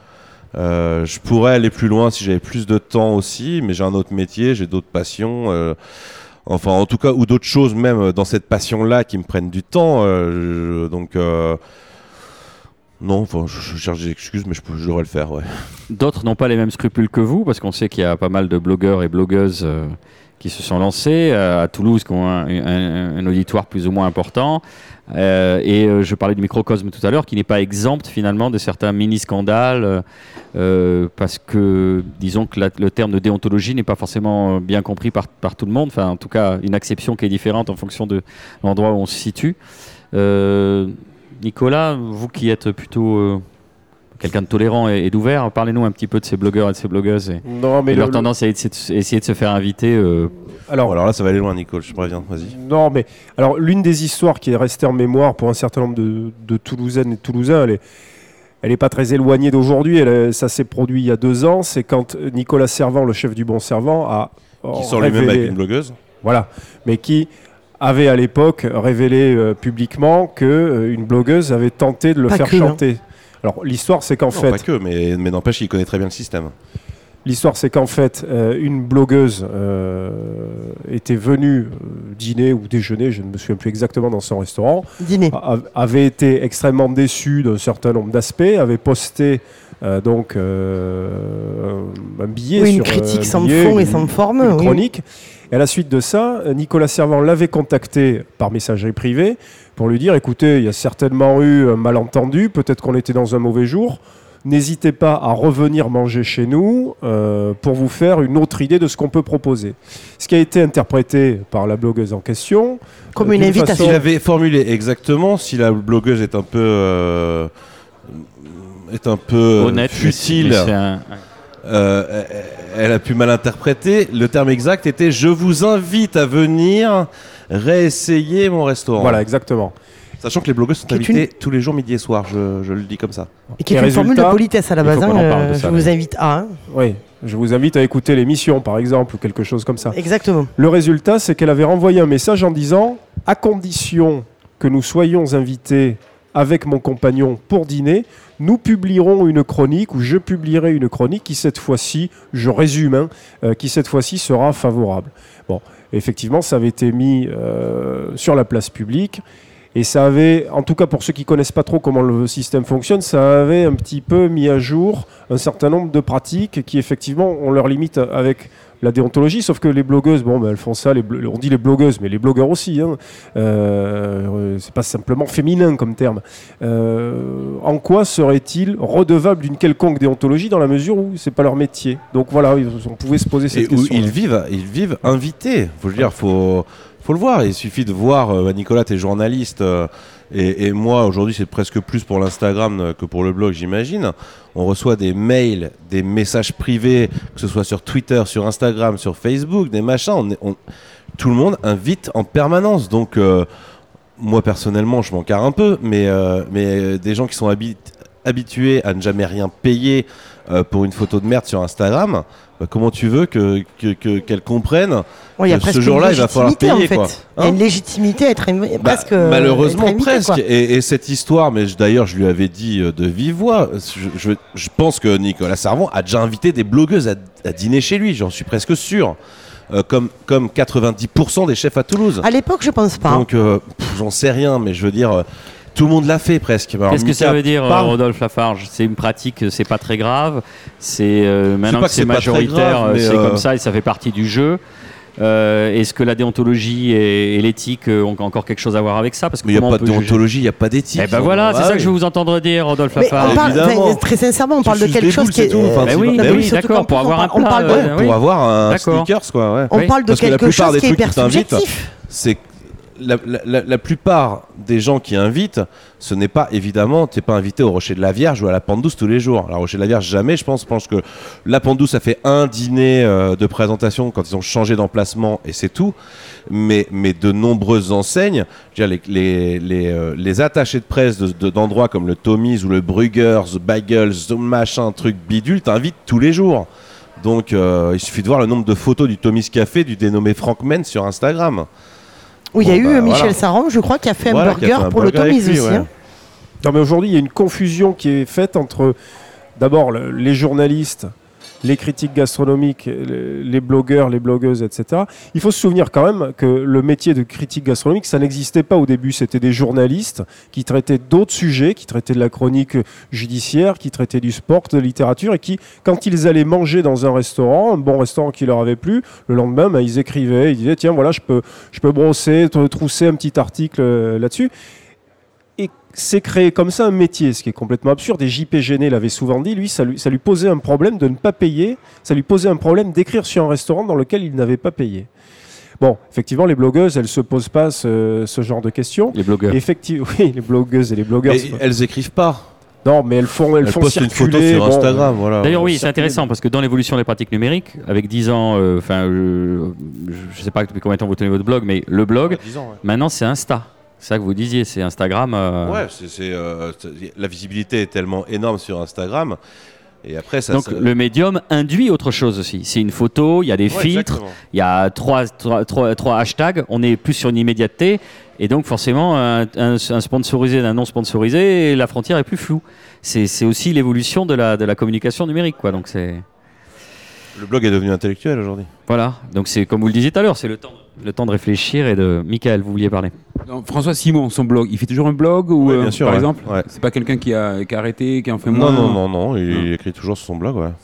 Euh, je pourrais aller plus loin si j'avais plus de temps aussi, mais j'ai un autre métier, j'ai d'autres passions. Euh, enfin, en tout cas, ou d'autres choses même dans cette passion-là qui me prennent du temps. Euh, je, donc, euh, non, enfin, je, je cherche des excuses, mais je, je devrais le faire, ouais. D'autres n'ont pas les mêmes scrupules que vous, parce qu'on sait qu'il y a pas mal de blogueurs et blogueuses euh, qui se sont lancés euh, à Toulouse, qui ont un, un, un auditoire plus ou moins important. Euh, et euh, je parlais du microcosme tout à l'heure, qui n'est pas exempt finalement de certains mini-scandales, euh, parce que disons que la, le terme de déontologie n'est pas forcément bien compris par, par tout le monde, enfin en tout cas une acception qui est différente en fonction de l'endroit où on se situe. Euh, Nicolas, vous qui êtes plutôt euh, quelqu'un de tolérant et, et d'ouvert, parlez-nous un petit peu de ces blogueurs et de ces blogueuses et, non, mais et le, leur tendance à essayer de se faire inviter. Euh, Alors, bon, alors là, ça va aller loin, Nicole, je préviens, vas-y. Non, mais alors l'une des histoires qui est restée en mémoire pour un certain nombre de, de Toulousaines et de Toulousains, elle est, elle est pas très éloignée d'aujourd'hui. Elle, ça s'est produit il y a deux ans. C'est quand Nicolas Servant, le chef du Bon Servant, a qui sort lui-même avec une blogueuse. Voilà, mais qui avait à l'époque révélé euh, publiquement que euh, une blogueuse avait tenté de le pas faire que, chanter. Hein. Alors l'histoire, c'est qu'en non, fait, pas que, mais, mais n'empêche, il connaît très bien le système. L'histoire, c'est qu'en fait, euh, une blogueuse euh, était venue euh, dîner ou déjeuner, je ne me souviens plus exactement, dans son restaurant. Dîner. A- avait été extrêmement déçue d'un certain nombre d'aspects, avait posté euh, donc euh, un billet oui, sur une critique euh, sans billet, fond une, et sans forme. une oui. chronique. Et à la suite de ça, Nicolas Servant l'avait contacté par messagerie privée pour lui dire, écoutez, il y a certainement eu un malentendu, peut-être qu'on était dans un mauvais jour. N'hésitez pas à revenir manger chez nous euh, pour vous faire une autre idée de ce qu'on peut proposer. Ce qui a été interprété par la blogueuse en question comme euh, une invitation. S'il avait formulé exactement, si la blogueuse est un peu euh, est un peu honnête, futile, mais c'est un... euh, elle a pu mal interpréter. Le terme exact était « Je vous invite à venir réessayer mon restaurant ». Voilà, exactement. Sachant que les blogueuses sont Qui est invitées une- tous les jours midi et soir, je, je le dis comme ça. Et qui est Et une résultat, formule de politesse à la il faut base. qu'on hein, en parle de euh, ça, je vous d'ailleurs. invite à. Hein. Oui, je vous invite à écouter l'émission, par exemple, ou quelque chose comme ça. Exactement. Le résultat, c'est qu'elle avait renvoyé un message en disant « À condition que nous soyons invités avec mon compagnon pour dîner, nous publierons une chronique, ou je publierai une chronique qui, cette fois-ci, je résume, hein, euh, qui, cette fois-ci, sera favorable. » Bon, effectivement, ça avait été mis euh, sur la place publique. Et ça avait, en tout cas pour ceux qui ne connaissent pas trop comment le système fonctionne, ça avait un petit peu mis à jour un certain nombre de pratiques qui effectivement ont leurs limites avec la déontologie, sauf que les blogueuses, bon, ben, elles font ça, les blo- on dit les blogueuses, mais les blogueurs aussi, hein, euh, c'est pas simplement féminin comme terme. Euh, en quoi seraient-ils redevables d'une quelconque déontologie dans la mesure où c'est pas leur métier? Donc voilà, on pouvait se poser cette Et où question. ils vivent, ils vivent invités. Faut le dire, faut, faut le voir. Il suffit de voir. Euh, Nicolas, t'es journaliste, euh, et, et moi aujourd'hui, c'est presque plus pour l'Instagram euh, que pour le blog, j'imagine. On reçoit des mails, des messages privés, que ce soit sur Twitter, sur Instagram, sur Facebook, des machins. On est- on- tout le monde invite en permanence. Donc, euh, moi personnellement, je m'en carre un peu, mais, euh, mais des gens qui sont habi- habitués à ne jamais rien payer euh, pour une photo de merde sur Instagram, bah, comment tu veux que, que, que- qu'elles comprennent Ouais, il y a que presque ce jour-là, une il va falloir légitimité, payer, en fait. quoi. Il y a Hein une légitimité à être invi- Bah, presque. euh, malheureusement être invité, presque. quoi. Et, et cette histoire, mais je- d'ailleurs je lui avais dit euh, de vive voix, je, je, je pense que Nicolas Servant a déjà invité des blogueuses à, à dîner chez lui, j'en suis presque sûr. Euh, comme, comme quatre-vingt-dix pour cent des chefs à Toulouse. À l'époque, je pense pas. Donc euh, pff, j'en sais rien, mais je veux dire, euh, tout le monde l'a fait presque. Alors, Qu'est-ce que Mika ça veut dire, parle. Rodolphe Lafarge? C'est une pratique, euh, c'est pas très grave. C'est euh, maintenant pas que que c'est c'est pas très majoritaire, grave, euh, mais, c'est euh, comme ça et ça fait partie du jeu. Euh, Est-ce que la déontologie et, et l'éthique euh, ont encore quelque chose à voir avec ça? Parce que Mais il n'y a comment pas on de peut juger déontologie, il n'y a pas d'éthique. Eh ben voilà, c'est Ah ça que oui. je veux vous entendre dire, Rodolphe Mais Lafarge. on parle, évidemment. enfin, très sincèrement, on parle de suces quelque des chose boules, qui est. c'est tout. Enfin, Ben c'est oui, pas- ben mais oui, oui, d'accord, pour avoir un on plat. parle de- euh, pour oui. avoir un D'accord. sneakers, quoi. Ouais. On Oui, parle de parce que la quelque plupart chose des qui est trucs hyper qui t'invitent, subjectif. c'est la, la, la, la plupart des gens qui invitent, ce n'est pas évidemment, t'es pas invité au Rocher de la Vierge ou à la Pente Douce tous les jours. Alors Rocher de la Vierge jamais, je pense. Je pense que la Pente Douce, ça fait un dîner euh, de présentation quand ils ont changé d'emplacement et c'est tout. Mais, mais de nombreuses enseignes, je veux dire, les, les, les, euh, les attachés de presse de, de, d'endroits comme le Tommy's ou le Bruegger's, The Bagels, The machin, truc bidule, t'invitent tous les jours. Donc euh, il suffit de voir le nombre de photos du Tommy's Café du dénommé Frank Men sur Instagram. Où il y a Bon, eu bah, euh, Michel voilà. Saran, je crois, qui a fait Voilà, un qui a burger fait un pour le burger avec Tommy's lui, aussi. ouais. hein. Non, mais aujourd'hui, il y a une confusion qui est faite entre d'abord le, les journalistes, les critiques gastronomiques, les, les blogueurs, les blogueuses, et cetera. Il faut se souvenir quand même que le métier de critique gastronomique, ça n'existait pas au début. C'était des journalistes qui traitaient d'autres sujets, qui traitaient de la chronique judiciaire, qui traitaient du sport, de la littérature, et qui, quand ils allaient manger dans un restaurant, un bon restaurant qui leur avait plu, le lendemain, ben, ils écrivaient, ils disaient, tiens, voilà, je peux, je peux brosser, trousser un petit article euh, là-dessus. Et c'est créé comme ça un métier, ce qui est complètement absurde. Et J P Géné l'avait souvent dit, lui ça, lui, ça lui posait un problème de ne pas payer, ça lui posait un problème d'écrire sur un restaurant dans lequel il n'avait pas payé. Bon, effectivement, les blogueuses, elles ne se posent pas ce, ce genre de questions. Les blogueurs. Effectivement, oui, les blogueuses et les blogueurs. Mais elles écrivent pas. Non, mais elles font, elles, elles font postent circuler. Une photo sur bon, Instagram, euh, voilà. D'ailleurs, oui, c'est intéressant parce que dans l'évolution des pratiques numériques, avec dix ans, enfin, euh, je ne sais pas depuis combien de temps vous tenez votre blog, mais le blog, ouais, dix ans, ouais. Maintenant, c'est Insta. C'est ça que vous disiez, c'est Instagram. Euh... Ouais, c'est, c'est, euh, la visibilité est tellement énorme sur Instagram. Et après, ça, Donc ça... le médium induit autre chose aussi. C'est une photo, il y a des ouais, filtres, il y a trois, trois, trois, trois hashtags, on est plus sur une immédiateté. Et donc forcément, un, un, un sponsorisé d'un non sponsorisé, la frontière est plus floue. C'est, c'est aussi l'évolution de la, de la communication numérique, quoi. Donc c'est... Le blog est devenu intellectuel aujourd'hui. Voilà, donc c'est comme vous le disiez tout à l'heure, c'est le temps, le temps de réfléchir et de... Michael, vous vouliez parler. Non, François Simon, son blog, il fait toujours un blog ou, oui, bien euh, sûr, par ouais. exemple ouais. C'est pas quelqu'un qui a, qui a arrêté, qui en fait moins moins Non, non, non, non, il non. écrit toujours sur son blog, ouais.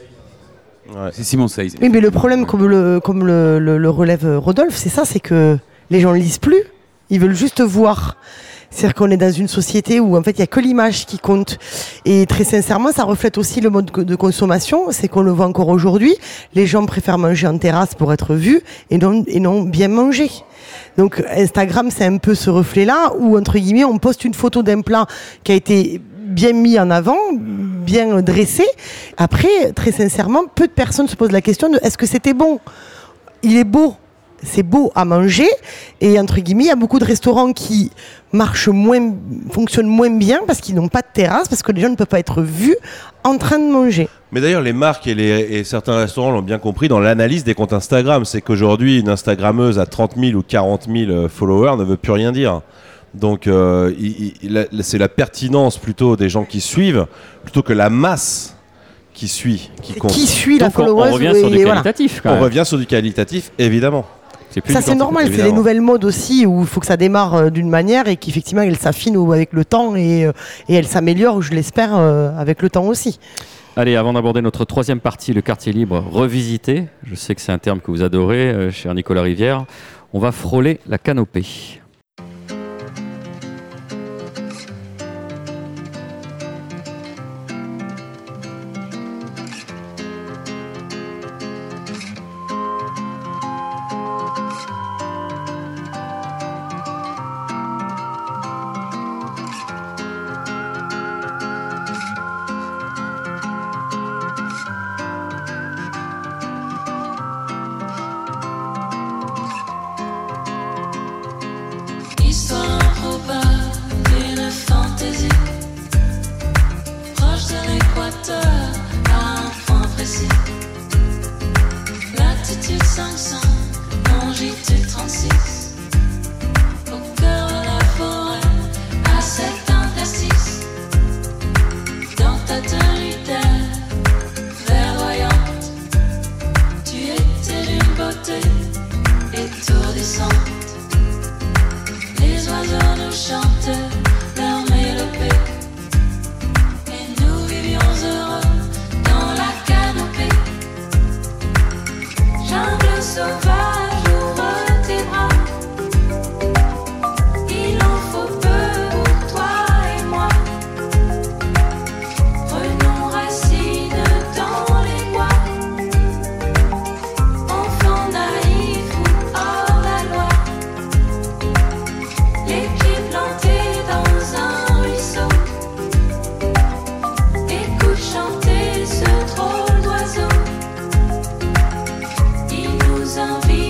Ouais. C'est Simon Seize. Oui, mais le problème, comme le, comme le, le, le relève Rodolphe, c'est ça, c'est que les gens ne lisent plus, ils veulent juste voir. C'est-à-dire qu'on est dans une société où en fait il n'y a que l'image qui compte. Et très sincèrement, ça reflète aussi le mode de consommation. C'est qu'on le voit encore aujourd'hui. Les gens préfèrent manger en terrasse pour être vus et non, et non bien manger. Donc Instagram, c'est un peu ce reflet-là où, entre guillemets, on poste une photo d'un plat qui a été bien mis en avant, bien dressé. Après, très sincèrement, peu de personnes se posent la question de est-ce que c'était bon ? Il est beau. C'est beau à manger et entre guillemets il y a beaucoup de restaurants qui marchent moins, fonctionnent moins bien parce qu'ils n'ont pas de terrasse, parce que les gens ne peuvent pas être vus en train de manger. Mais d'ailleurs les marques et, les, et certains restaurants l'ont bien compris dans l'analyse des comptes Instagram, c'est qu'aujourd'hui une Instagrammeuse à trente mille ou quarante mille followers ne veut plus rien dire. Donc euh, il, il, c'est la pertinence plutôt des gens qui suivent plutôt que la masse qui suit, qui compte. Qui suit Donc la followeuse. On revient sur du qualitatif. Voilà. On revient sur du qualitatif, évidemment. C'est ça c'est normal, c'est les nouvelles modes aussi où il faut que ça démarre euh, d'une manière et qu'effectivement elle s'affine avec le temps et, euh, et elle s'améliore, je l'espère, euh, avec le temps aussi. Allez, avant d'aborder notre troisième partie, le quartier libre revisité, je sais que c'est un terme que vous adorez, euh, cher Nicolas Rivière, on va frôler la canopée. Envie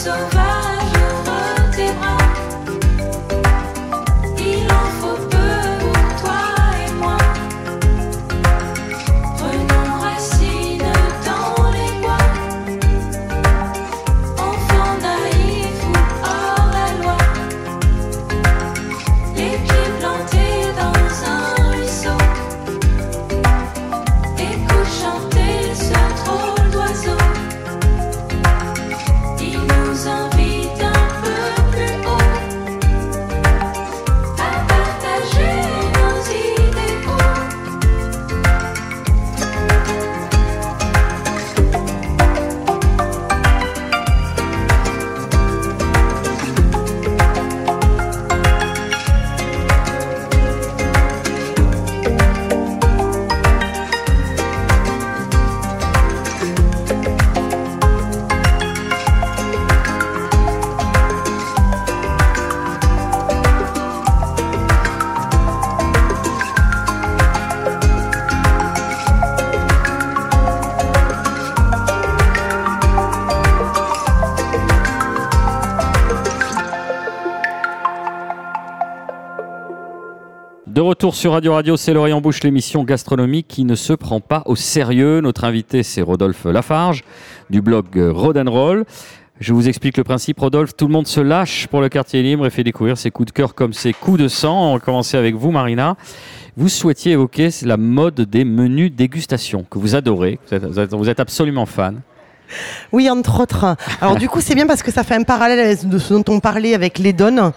sauvage, ouvre tes bras. Il en faut peu pour toi et moi. Prenons racine dans les bois. Enfants naïfs ou hors la loi. Les pieds plantés dans un ruisseau. Écoute chanter ce drôle d'oiseau. Il nous invite un peu plus haut à partager nos idéaux. De retour sur Radio Radio, c'est l'Oreille en Bouche, l'émission gastronomique qui ne se prend pas au sérieux. Notre invité, c'est Rodolphe Lafarge, du blog Roll. Je vous explique le principe, Rodolphe. Tout le monde se lâche pour le quartier libre et fait découvrir ses coups de cœur comme ses coups de sang. On va commencer avec vous, Marina. Vous souhaitiez évoquer la mode des menus dégustation, que vous adorez. Vous êtes, vous êtes, vous êtes absolument fan. Oui, entre autres. Alors du coup, c'est bien parce que ça fait un parallèle avec de ce dont on parlait avec l'Edon.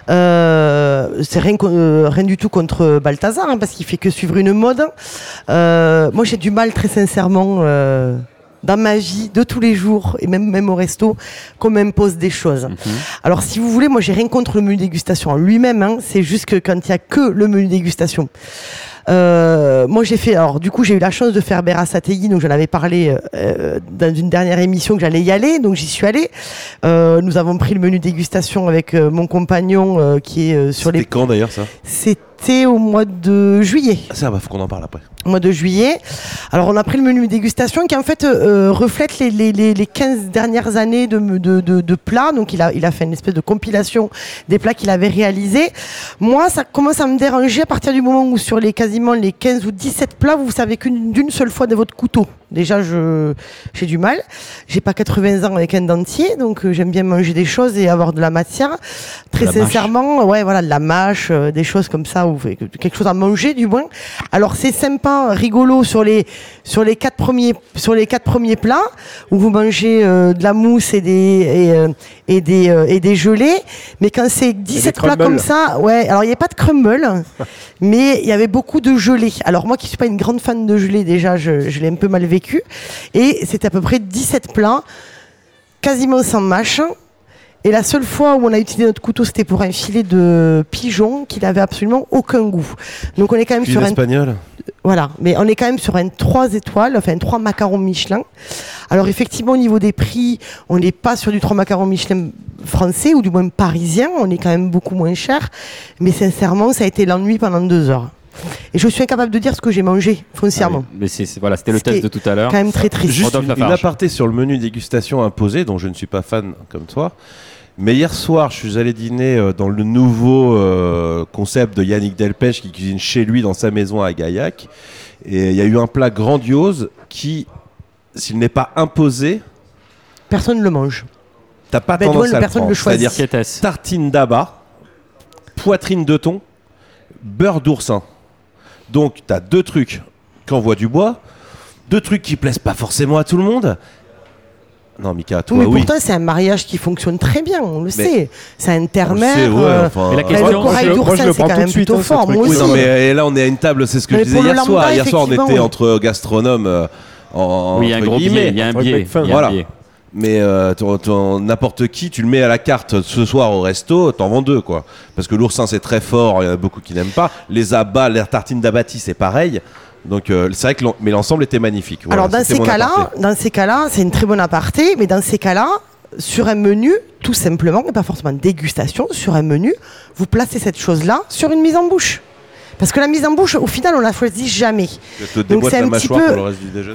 Euh, c'est rien, euh, rien du tout contre Balthazar, hein, parce qu'il fait que suivre une mode. Euh, moi, j'ai du mal, très sincèrement, euh, dans ma vie de tous les jours, et même, même au resto, qu'on m'impose des choses. Mm-hmm. Alors si vous voulez, moi, j'ai rien contre le menu dégustation en lui-même. Hein, c'est juste que quand il n'y a que le menu dégustation. Euh, moi j'ai fait, alors du coup j'ai eu la chance de faire Berasategui, donc j'en avais parlé euh, dans une dernière émission que j'allais y aller, donc j'y suis allée. Euh, nous avons pris le menu dégustation avec euh, mon compagnon euh, qui est euh, sur C'était les... C'était quand d'ailleurs ça ? C'était au mois de juillet. Ah ça, bah faut qu'on en parle après. Au mois de juillet. Alors on a pris le menu dégustation qui en fait euh, reflète les, les, les, les quinze dernières années de, de, de, de plats. Donc il a, il a fait une espèce de compilation des plats qu'il avait réalisés. Moi ça commence à me déranger à partir du moment où sur les quasiment les quinze ou dix-sept plats, vous savez qu'une d'une seule fois de votre couteau. Déjà je, j'ai du mal. J'ai pas quatre-vingts ans avec un dentier, donc euh, j'aime bien manger des choses et avoir de la matière. Très sincèrement, mâche. ouais voilà, de la mâche, euh, des choses comme ça, ou quelque chose à manger du moins. Alors c'est sympa, rigolo sur les sur les quatre premiers sur les quatre premiers plats où vous mangez euh, de la mousse et des et, euh, et des euh, et des gelées, mais quand c'est dix-sept plats comme ça, ouais, alors il y a pas de crumble, mais il y avait beaucoup de gelées. Alors moi qui suis pas une grande fan de gelée, déjà je, je l'ai un peu mal vécu, et c'était à peu près dix-sept plats quasiment sans mâche. Et la seule fois où on a utilisé notre couteau, c'était pour un filet de pigeon qui n'avait absolument aucun goût. Donc on est quand même Cuisine sur un espagnole. Voilà, mais on est quand même sur un trois étoiles, enfin un trois macarons Michelin. Alors effectivement, au niveau des prix, on n'est pas sur du trois macarons Michelin français, ou du moins parisien, on est quand même beaucoup moins cher. Mais sincèrement, ça a été l'ennui pendant deux heures. Et je suis incapable de dire ce que j'ai mangé, foncièrement. Ah oui, mais c'est, c'est, voilà, c'était le test de tout à l'heure. Quand même très triste. Juste une, une aparté sur le menu dégustation imposé, dont je ne suis pas fan comme toi. Mais hier soir, je suis allé dîner euh, dans le nouveau euh, concept de Yannick Delpech qui cuisine chez lui dans sa maison à Gaillac. Et il y a eu un plat grandiose qui, s'il n'est pas imposé, personne ne le mange. T'as pas ben tendance à le personne prendre. Le choisit. C'est-à-dire tartine d'abat, poitrine de thon, beurre d'oursin. Donc t'as deux trucs qu'envoie du bois, deux trucs qui plaisent pas forcément à tout le monde. Non, Mika, toi, mais oui. pourtant, c'est un mariage qui fonctionne très bien, on le mais sait. C'est un terre-mer. Sait, ouais, euh, enfin, mais la question, le corail d'oursin, c'est quand même plutôt fort. Moi oui, aussi. non, mais là, on est à une table, c'est ce que mais je disais hier soir. Hier soir, on était oui. entre gastronomes. Euh, en, oui, il y a un gros biais. Il y a un biais. Voilà. Mais euh, ton, ton, n'importe qui, tu le mets à la carte ce soir au resto, t'en vends deux, quoi. Parce que l'oursin, c'est très fort, il y en a beaucoup qui n'aiment pas. Les abats, les tartines d'abati, c'est pareil. Donc euh, c'est vrai que mais l'ensemble était magnifique. Voilà, alors dans ces cas-là, dans ces cas-là, c'est une très bonne aparté, mais dans ces cas-là, sur un menu, tout simplement, et pas forcément dégustation, sur un menu, vous placez cette chose-là sur une mise en bouche. Parce que la mise en bouche, au final, on la choisit jamais. Tu te déboîtes la mâchoire peu... pour le reste du déjeuner.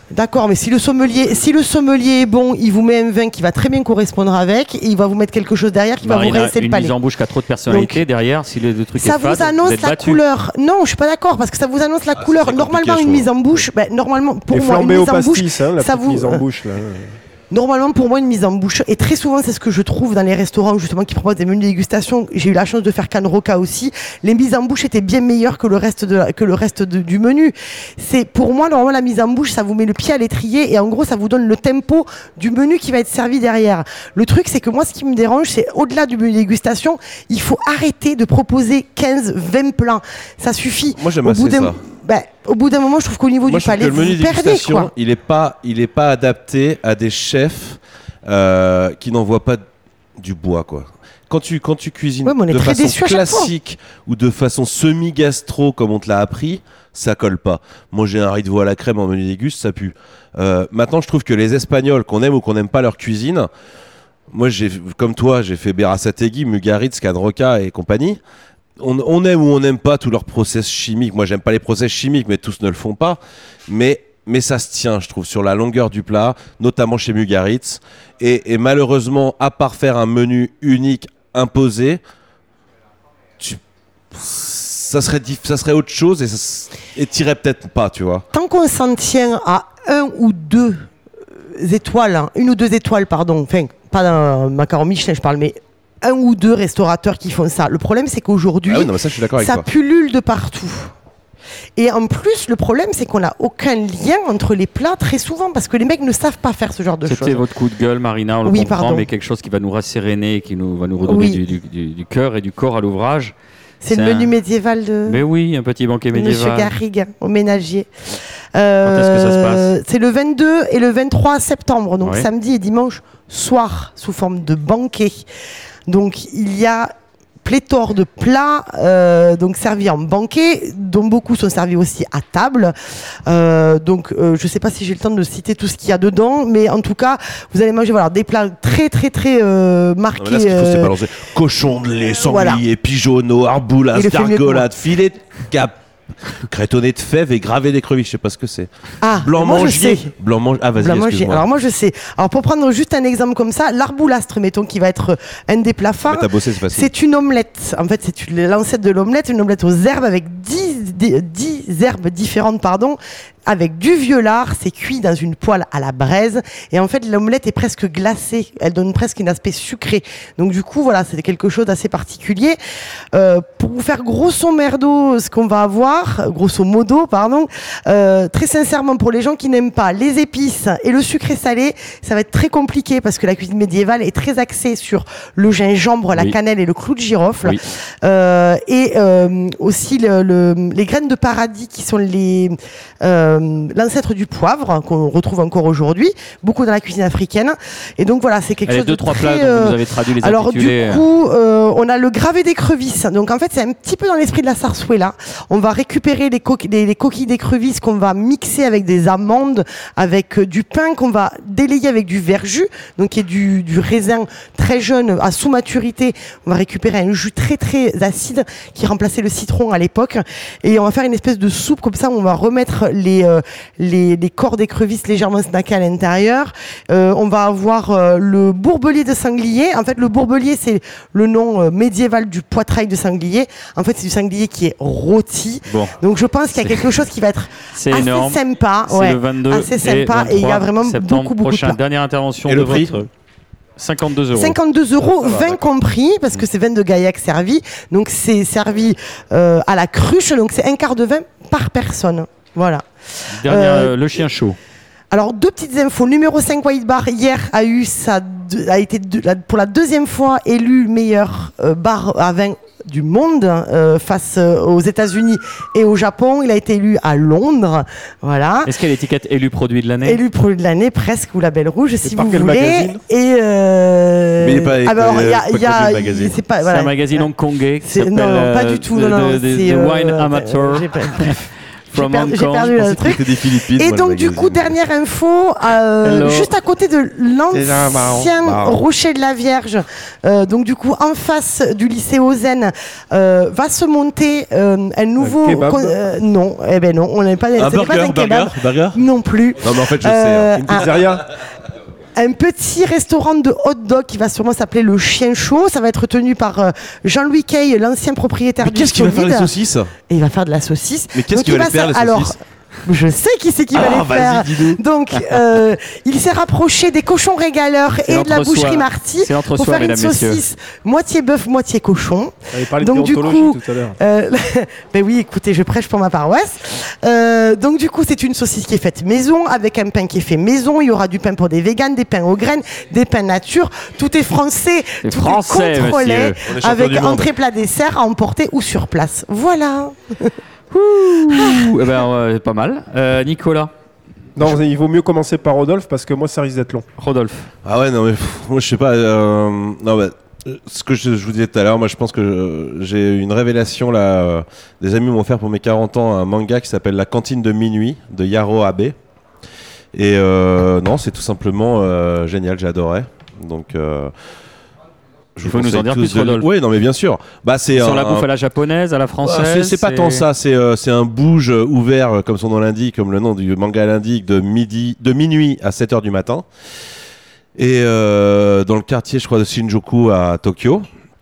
D'accord, mais si le sommelier, si le sommelier est bon, il vous met un vin qui va très bien correspondre avec, et il va vous mettre quelque chose derrière qui Marina, va vous rincer le palais. Une mise en bouche qui a trop de personnalité. Donc, derrière, si le, le truc ça est fade, vous annonce vous la battu. couleur. Non, je suis pas d'accord parce que ça vous annonce la ah, couleur. Normalement, une mise en bouche, ben, normalement pour et moi, une mise en bouche, hein, la ça vous mise en bouche là. Normalement, pour moi, une mise en bouche, et très souvent, c'est ce que je trouve dans les restaurants justement qui proposent des menus de dégustation. J'ai eu la chance de faire Can Roca aussi. Les mises en bouche étaient bien meilleures que le reste de la, que le reste de, du menu. C'est pour moi normalement la mise en bouche, ça vous met le pied à l'étrier et en gros, ça vous donne le tempo du menu qui va être servi derrière. Le truc, c'est que moi, ce qui me dérange, c'est au-delà du menu de dégustation, il faut arrêter de proposer quinze, vingt plats. Ça suffit. Moi, j'aime au assez bout ça. Ben, au bout d'un moment, je trouve qu'au niveau Moi, du palais, le menu vous perdez quoi. Il est pas, il est pas adapté à des chefs euh, qui n'envoient pas du bois, quoi. Quand tu, quand tu cuisines ouais, de façon classique ou de façon semi-gastro, comme on te l'a appris, ça colle pas. Moi, j'ai un riz de veau à la crème en menu déguste, ça pue. Euh, maintenant, je trouve que les Espagnols, qu'on aime ou qu'on n'aime pas leur cuisine, moi, j'ai, comme toi, j'ai fait Berazategui, Mugaritz, Can Roca et compagnie. On, on aime ou on n'aime pas tous leurs process chimiques. Moi, j'aime pas les process chimiques, mais tous ne le font pas. Mais, mais ça se tient, je trouve, sur la longueur du plat, notamment chez Mugaritz. Et, et malheureusement, à part faire un menu unique imposé, tu... ça, serait diff... ça serait autre chose et ça et t'irais peut-être pas, tu vois. Tant qu'on s'en tient à un ou deux étoiles, hein, une ou deux étoiles, pardon, enfin, pas dans Macaron Michelin, je parle, mais un ou deux restaurateurs qui font ça. Le problème, c'est qu'aujourd'hui, ah oui, non, mais ça, je suis d'accord avec ça toi. pullule de partout. Et en plus, le problème, c'est qu'on n'a aucun lien entre les plats très souvent parce que les mecs ne savent pas faire ce genre de C'était choses. C'était votre coup de gueule, Marina, on le oui, comprend, pardon. mais quelque chose qui va nous rasséréner et qui nous, va nous redonner oui. du, du, du, du cœur et du corps à l'ouvrage. C'est, c'est le menu un... médiéval de... Mais oui, un petit banquet médiéval. Monsieur Garrigue, au ménagier. Euh, Quand est-ce que ça se passe ? C'est le vingt-deux et le vingt-trois septembre, donc ouais. samedi et dimanche soir, sous forme de banquet. Donc il y a pléthore de plats euh, donc servis en banquet, dont beaucoup sont servis aussi à table. Euh, donc euh, je ne sais pas si j'ai le temps de citer tout ce qu'il y a dedans, mais en tout cas, vous allez manger voilà, des plats très très très euh, marqués. Non, là, ce qu'il faut, c'est balancer cochon de lait, sanglier, voilà. pigeonneau, arboulas, gargolade, filet de cap. Crétonné de fèves et gravé d'écrevisses, je sais pas ce que c'est. Ah, blanc mangier. Blanc mangier. Ah, vas-y, blanc excuse-moi. Alors moi je sais. Alors pour prendre juste un exemple comme ça, l'arboulastre, mettons, qui va être un des plats phares. T'as bossé, c'est facile. C'est une omelette. En fait, c'est une, l'ancêtre de l'omelette, une omelette aux herbes avec dix herbes différentes, pardon. Avec du vieux lard, c'est cuit dans une poêle à la braise. Et en fait, l'omelette est presque glacée. Elle donne presque un aspect sucré. Donc du coup, voilà, c'est quelque chose d'assez particulier. Euh, pour vous faire grosso merdo ce qu'on va avoir, grosso modo, pardon, euh, très sincèrement, pour les gens qui n'aiment pas les épices et le sucré salé, ça va être très compliqué parce que la cuisine médiévale est très axée sur le gingembre, la oui. cannelle et le clou de girofle. Oui. Euh, et euh, aussi le, le, les graines de paradis qui sont les... Euh, l'ancêtre du poivre hein, qu'on retrouve encore aujourd'hui, beaucoup dans la cuisine africaine. Et donc voilà, c'est quelque Allez, chose deux, de trois très... plats Euh... dont vous avez traduit les Alors intitulés. du coup, euh, on a le gravé d'écrevisses. Donc en fait, c'est un petit peu dans l'esprit de la sarsuela. On va récupérer les, coqu- les, les coquilles d'écrevisses qu'on va mixer avec des amandes, avec euh, du pain qu'on va délayer avec du verjus, donc qui est du, du raisin très jeune à sous-maturité. On va récupérer un jus très très acide qui remplaçait le citron à l'époque. Et on va faire une espèce de soupe comme ça où on va remettre les Euh, les, les corps d'écrevisses légèrement snackés à l'intérieur. Euh, on va avoir euh, le bourbelier de sanglier. En fait, le bourbelier, c'est le nom euh, médiéval du poitrail de sanglier. En fait, c'est du sanglier qui est rôti. Bon. Donc, je pense qu'il y a quelque chose qui va être c'est assez énorme. sympa. C'est ouais, le vingt-deux assez sympa. Et, et il y a vraiment beaucoup, beaucoup prochain, de plats. Dernière intervention et de le prix votre... cinquante-deux euros. cinquante-deux euros, ah, vingt compris, parce que c'est vin de Gaillac servi. Donc, c'est servi euh, à la cruche. Donc, c'est un quart de vin par personne. Voilà. Dernière, euh, le chien chaud. Alors, deux petites infos. Numéro cinq White Bar, hier, a eu sa, a été de, la, pour la deuxième fois élu meilleur euh, bar à vin du monde euh, face euh, aux États-Unis et au Japon. Il a été élu à Londres. Voilà. Est-ce qu'il y a l'étiquette élu produit de l'année ? Élu produit de l'année, presque, ou label rouge, si par vous quel voulez. Magazine ? Et euh... Mais il n'est pas. Ah, alors, il y a, il y a, magazine. c'est, pas, c'est voilà. un magazine hongkongais qui s'appelle non, non, pas euh, du tout. The, non, non, the, the, c'est, the euh, Wine Amateur. J'ai pas, bref. j'ai, per- j'ai perdu le truc. Des Philippines, et moi, donc du coup, dernière info, euh, juste à côté de l'ancien rocher de la Vierge, euh, donc du coup en face du lycée Ozen, euh, va se monter euh, un nouveau. Un kebab. Con- euh, non, eh ben non, on n'est pas. Un ce n'est pas burger, un kebab burger, burger non plus. Non, mais en fait, je Euh, sais. Une pizzeria. Un petit restaurant de hot dog qui va sûrement s'appeler le Chien Chaud. Ça va être tenu par euh, Jean-Louis Kay, l'ancien propriétaire Mais du qu'est-ce qu'il va faire Solide. les saucisses? Et il va faire de la saucisse. Mais qu'est-ce Donc, qu'il va il les faire, sa- les Alors, saucisses? je sais qui c'est qui va Ah, les faire. vas-y, dis-nous. Donc, euh, il s'est rapproché des cochons régaleurs C'est et de la l'entre-soi. boucherie Marty C'est l'entre-soi, pour faire une mesdames, messieurs. saucisse moitié bœuf, moitié cochon. On avait parlé Donc, de du déontologie coup, tout à l'heure. Euh, ben oui, écoutez, je prêche pour ma paroisse. Euh, donc du coup, c'est une saucisse qui est faite maison, avec un pain qui est fait maison. Il y aura du pain pour des véganes, des pains aux graines, des pains nature. Tout est français, C'est tout français, est contrôlé, monsieur. On est champion avec du monde. entrée, plat, dessert à emporter ou sur place. Voilà. Ouh, eh ben, euh, pas mal. Euh, Nicolas, Non, il vaut mieux commencer par Rodolphe parce que moi, ça risque d'être long. Rodolphe. Ah ouais, non, mais pff, moi, je sais pas. euh, non, bah, euh, ce que je, je vous disais tout à l'heure, moi, je pense que euh, j'ai eu une révélation là. euh, des amis m'ont offert pour mes quarante ans un manga qui s'appelle La cantine de minuit de Yaro Abe. Et euh, non, c'est tout simplement euh, génial, j'adorais. Donc. Euh, je Il vous faut nous en conseille dire tous plus, de- Rodolphe. Oui, non, mais bien sûr. Bah, c'est Sur un- la bouffe un- à la japonaise, à la Ah, française. c'est, c'est pas tant ça, c'est, euh, c'est un bouge euh, ouvert, euh, comme son nom l'indique, comme le nom du manga l'indique, de, midi, de minuit à sept heures du matin. Et euh, dans le quartier, je crois, de Shinjuku à Tokyo.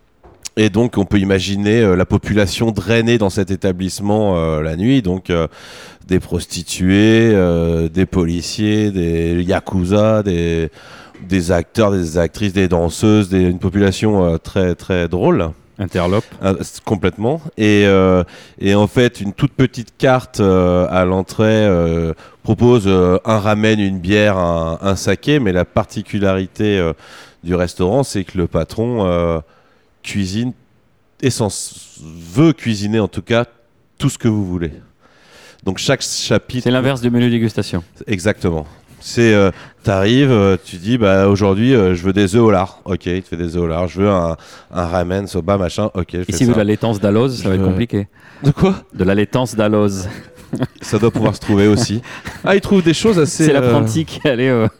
Et donc, on peut imaginer euh, la population drainée dans cet établissement euh, la nuit. Donc, euh, des prostituées, euh, des policiers, des yakuza, des, des acteurs, des actrices, des danseuses, des, une population euh, très, très drôle. Interlope. Ah, c- complètement. Et, euh, et en fait, une toute petite carte euh, à l'entrée euh, propose euh, un ramen, une bière, un, un saké. Mais la particularité euh, du restaurant, c'est que le patron euh, cuisine, et veut cuisiner en tout cas, tout ce que vous voulez. Donc chaque chapitre... C'est l'inverse du menu dégustation. Exactement. C'est, euh, t'arrives, euh, tu dis, bah aujourd'hui, euh, je veux des œufs au lard. Ok, il te fait des œufs au lard. Je veux un, un ramen soba, machin. Ok, je fais Ici, ça. de la laitance d'Alloz, ça va être Je- compliqué. De quoi? De la laitance d'Alloz. Ça doit pouvoir se trouver aussi. Ah, il trouve des choses assez... C'est euh, l'apprenti qui est allé. euh,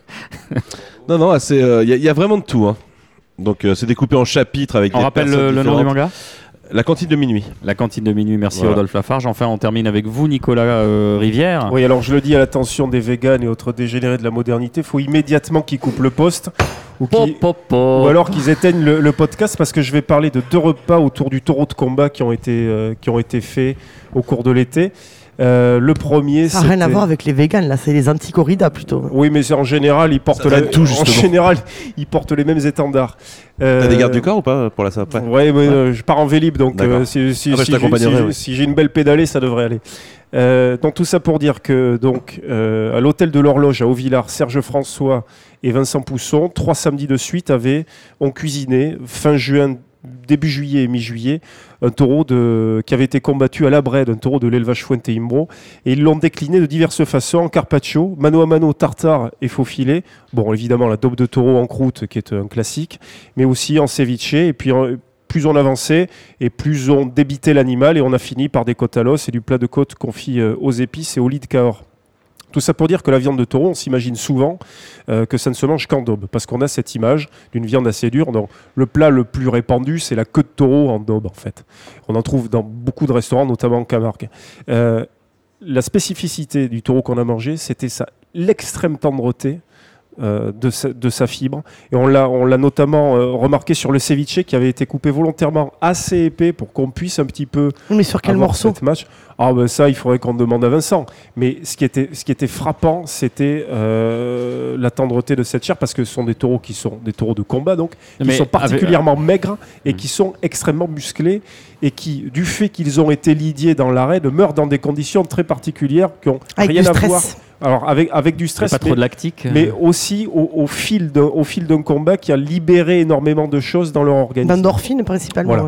Non, non, assez... Il y, a- y a vraiment de tout. Hein. Donc, euh, c'est découpé en chapitres avec On des rappelle personnes le, le nom du différentes. manga La cantine de minuit. La cantine de minuit. Merci Voilà. Rodolphe Lafarge. Enfin, on termine avec vous, Nicolas euh, Rivière. Oui, alors je le dis à l'attention des véganes et autres dégénérés de la modernité, il faut immédiatement qu'ils coupent le poste ou, Po, qu'ils- po, po. ou alors qu'ils éteignent le, le podcast parce que je vais parler de deux repas autour du taureau de combat qui ont été, euh, qui ont été faits au cours de l'été. Euh, le premier, Ça n'a rien à c'était- voir avec les véganes, là, c'est les anti-corridas plutôt. Oui, mais c'est- en général, ils portent Ça la- donne tout, en justement. général, ils portent les mêmes étendards. Euh, T'as des gardes du corps ou pas pour la ça après? Ouais, mais euh, je pars en vélib, donc D'accord. euh, si, si- Ah bah, je si j'ai- t'accompagnerai, si- ouais. si j'ai une belle pédalée, ça devrait aller. Euh, donc tout ça pour dire que donc euh, à l'hôtel de l'Horloge à Haut-Villars, Serge François et Vincent Pousson, trois samedis de suite, avaient ont cuisiné fin juin, début juillet et mi-juillet un taureau de, qui avait été combattu à la Brède, un taureau de l'élevage Fuente Imbro, et ils l'ont décliné de diverses façons en carpaccio, mano à mano, tartare et faux filet. Bon, évidemment la daube de taureau en croûte qui est un classique, mais aussi en ceviche. Et puis en- plus on avançait et plus on débitait l'animal, et on a fini par des côtes à l'os et du plat de côte confit euh, aux épices et au lit de Cahors. Tout ça pour dire que la viande de taureau, on s'imagine souvent euh, que ça ne se mange qu'en daube, parce qu'on a cette image d'une viande assez dure. Donc, le plat le plus répandu, c'est la queue de taureau en daube, en fait. On en trouve dans beaucoup de restaurants, notamment en Camargue. Euh, la spécificité du taureau qu'on a mangé, c'était sa, l'extrême tendreté euh, de, sa, de sa fibre. Et on l'a, on l'a notamment euh, remarqué sur le ceviche qui avait été coupé volontairement assez épais pour qu'on puisse un petit peu Mais sur quel avoir morceau cette match. Ah ben ça, il faudrait qu'on demande à Vincent. Mais ce qui était, ce qui était frappant, c'était euh, la tendreté de cette chair, parce que ce sont des taureaux qui sont des taureaux de combat, donc qui Mais sont avec- particulièrement maigres et Mm. qui sont extrêmement musclés, et qui, du fait qu'ils ont été lidiés dans l'arène, meurent dans des conditions très particulières qui ont Avec rien du à voir. stress. Alors avec avec du Il y a stress, pas mais, trop de lactique. mais aussi au, au fil d'un, au fil d'un combat qui a libéré énormément de choses dans leur organisme. D'endorphine principalement. Voilà. ouais.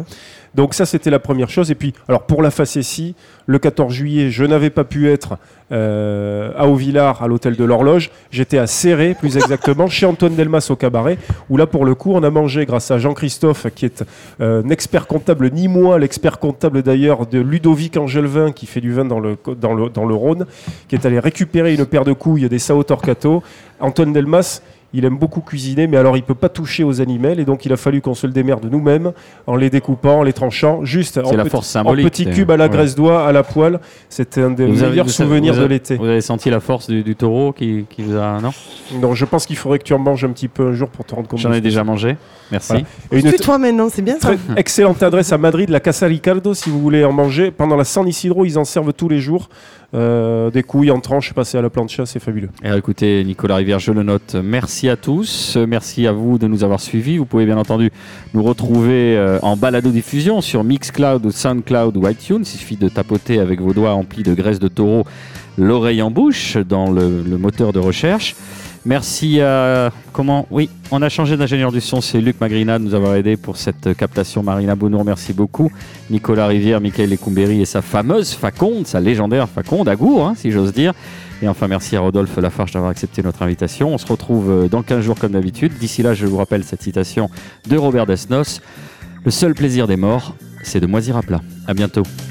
Donc ça, c'était la première chose. Et puis, alors pour la facétie, le quatorze juillet, je n'avais pas pu être euh, à Haut-Villard, à l'hôtel de l'Horloge. J'étais à Céré, plus exactement, chez Antoine Delmas au cabaret, où là, pour le coup, on a mangé grâce à Jean-Christophe, qui est euh, un expert comptable, ni moi, l'expert comptable d'ailleurs de Ludovic Angelvin, qui fait du vin dans le, dans le, dans le Rhône, qui est allé récupérer une paire de couilles des Sao Torquato. Antoine Delmas, il aime beaucoup cuisiner, mais alors il ne peut pas toucher aux animaux, et donc il a fallu qu'on se le démerde nous-mêmes, en les découpant, en les tranchant, juste en, la petit, force symbolique, en petits cubes à la ouais. graisse-doigt, à la poêle. C'était un des vous meilleurs avez, souvenirs vous avez, de l'été. Vous avez senti la force du, du taureau qui, qui vous a... Non, non, je pense qu'il faudrait que tu en manges un petit peu un jour pour te rendre compte. J'en ai déjà mangé, merci. Voilà. Et une t- toi maintenant, c'est bien ça. Très excellente adresse à Madrid, la Casa Ricardo, si vous voulez en manger. Pendant la San Isidro, ils en servent tous les jours. Euh, des couilles en tranche passées à la plancha, c'est fabuleux. Et écoutez, Nicolas Rivière, je le note. Merci à tous. Merci à vous de nous avoir suivis. Vous pouvez bien entendu nous retrouver euh, en balado-diffusion sur Mixcloud ou Soundcloud ou iTunes. Il suffit de tapoter avec vos doigts remplis de graisse de taureau l'oreille en bouche dans le, le moteur de recherche. Merci à... Comment Oui, on a changé d'ingénieur du son. C'est Luc Magrina de nous avoir aidé pour cette captation. Marina Bounour, merci beaucoup. Nicolas Rivière, Michael Lecumberi et sa fameuse Faconde, sa légendaire Faconde à Gour, hein, si j'ose dire. Et enfin, merci à Rodolphe Lafarge d'avoir accepté notre invitation. On se retrouve dans quinze jours comme d'habitude. D'ici là, je vous rappelle cette citation de Robert Desnos. Le seul plaisir des morts, c'est de moisir à plat. À bientôt.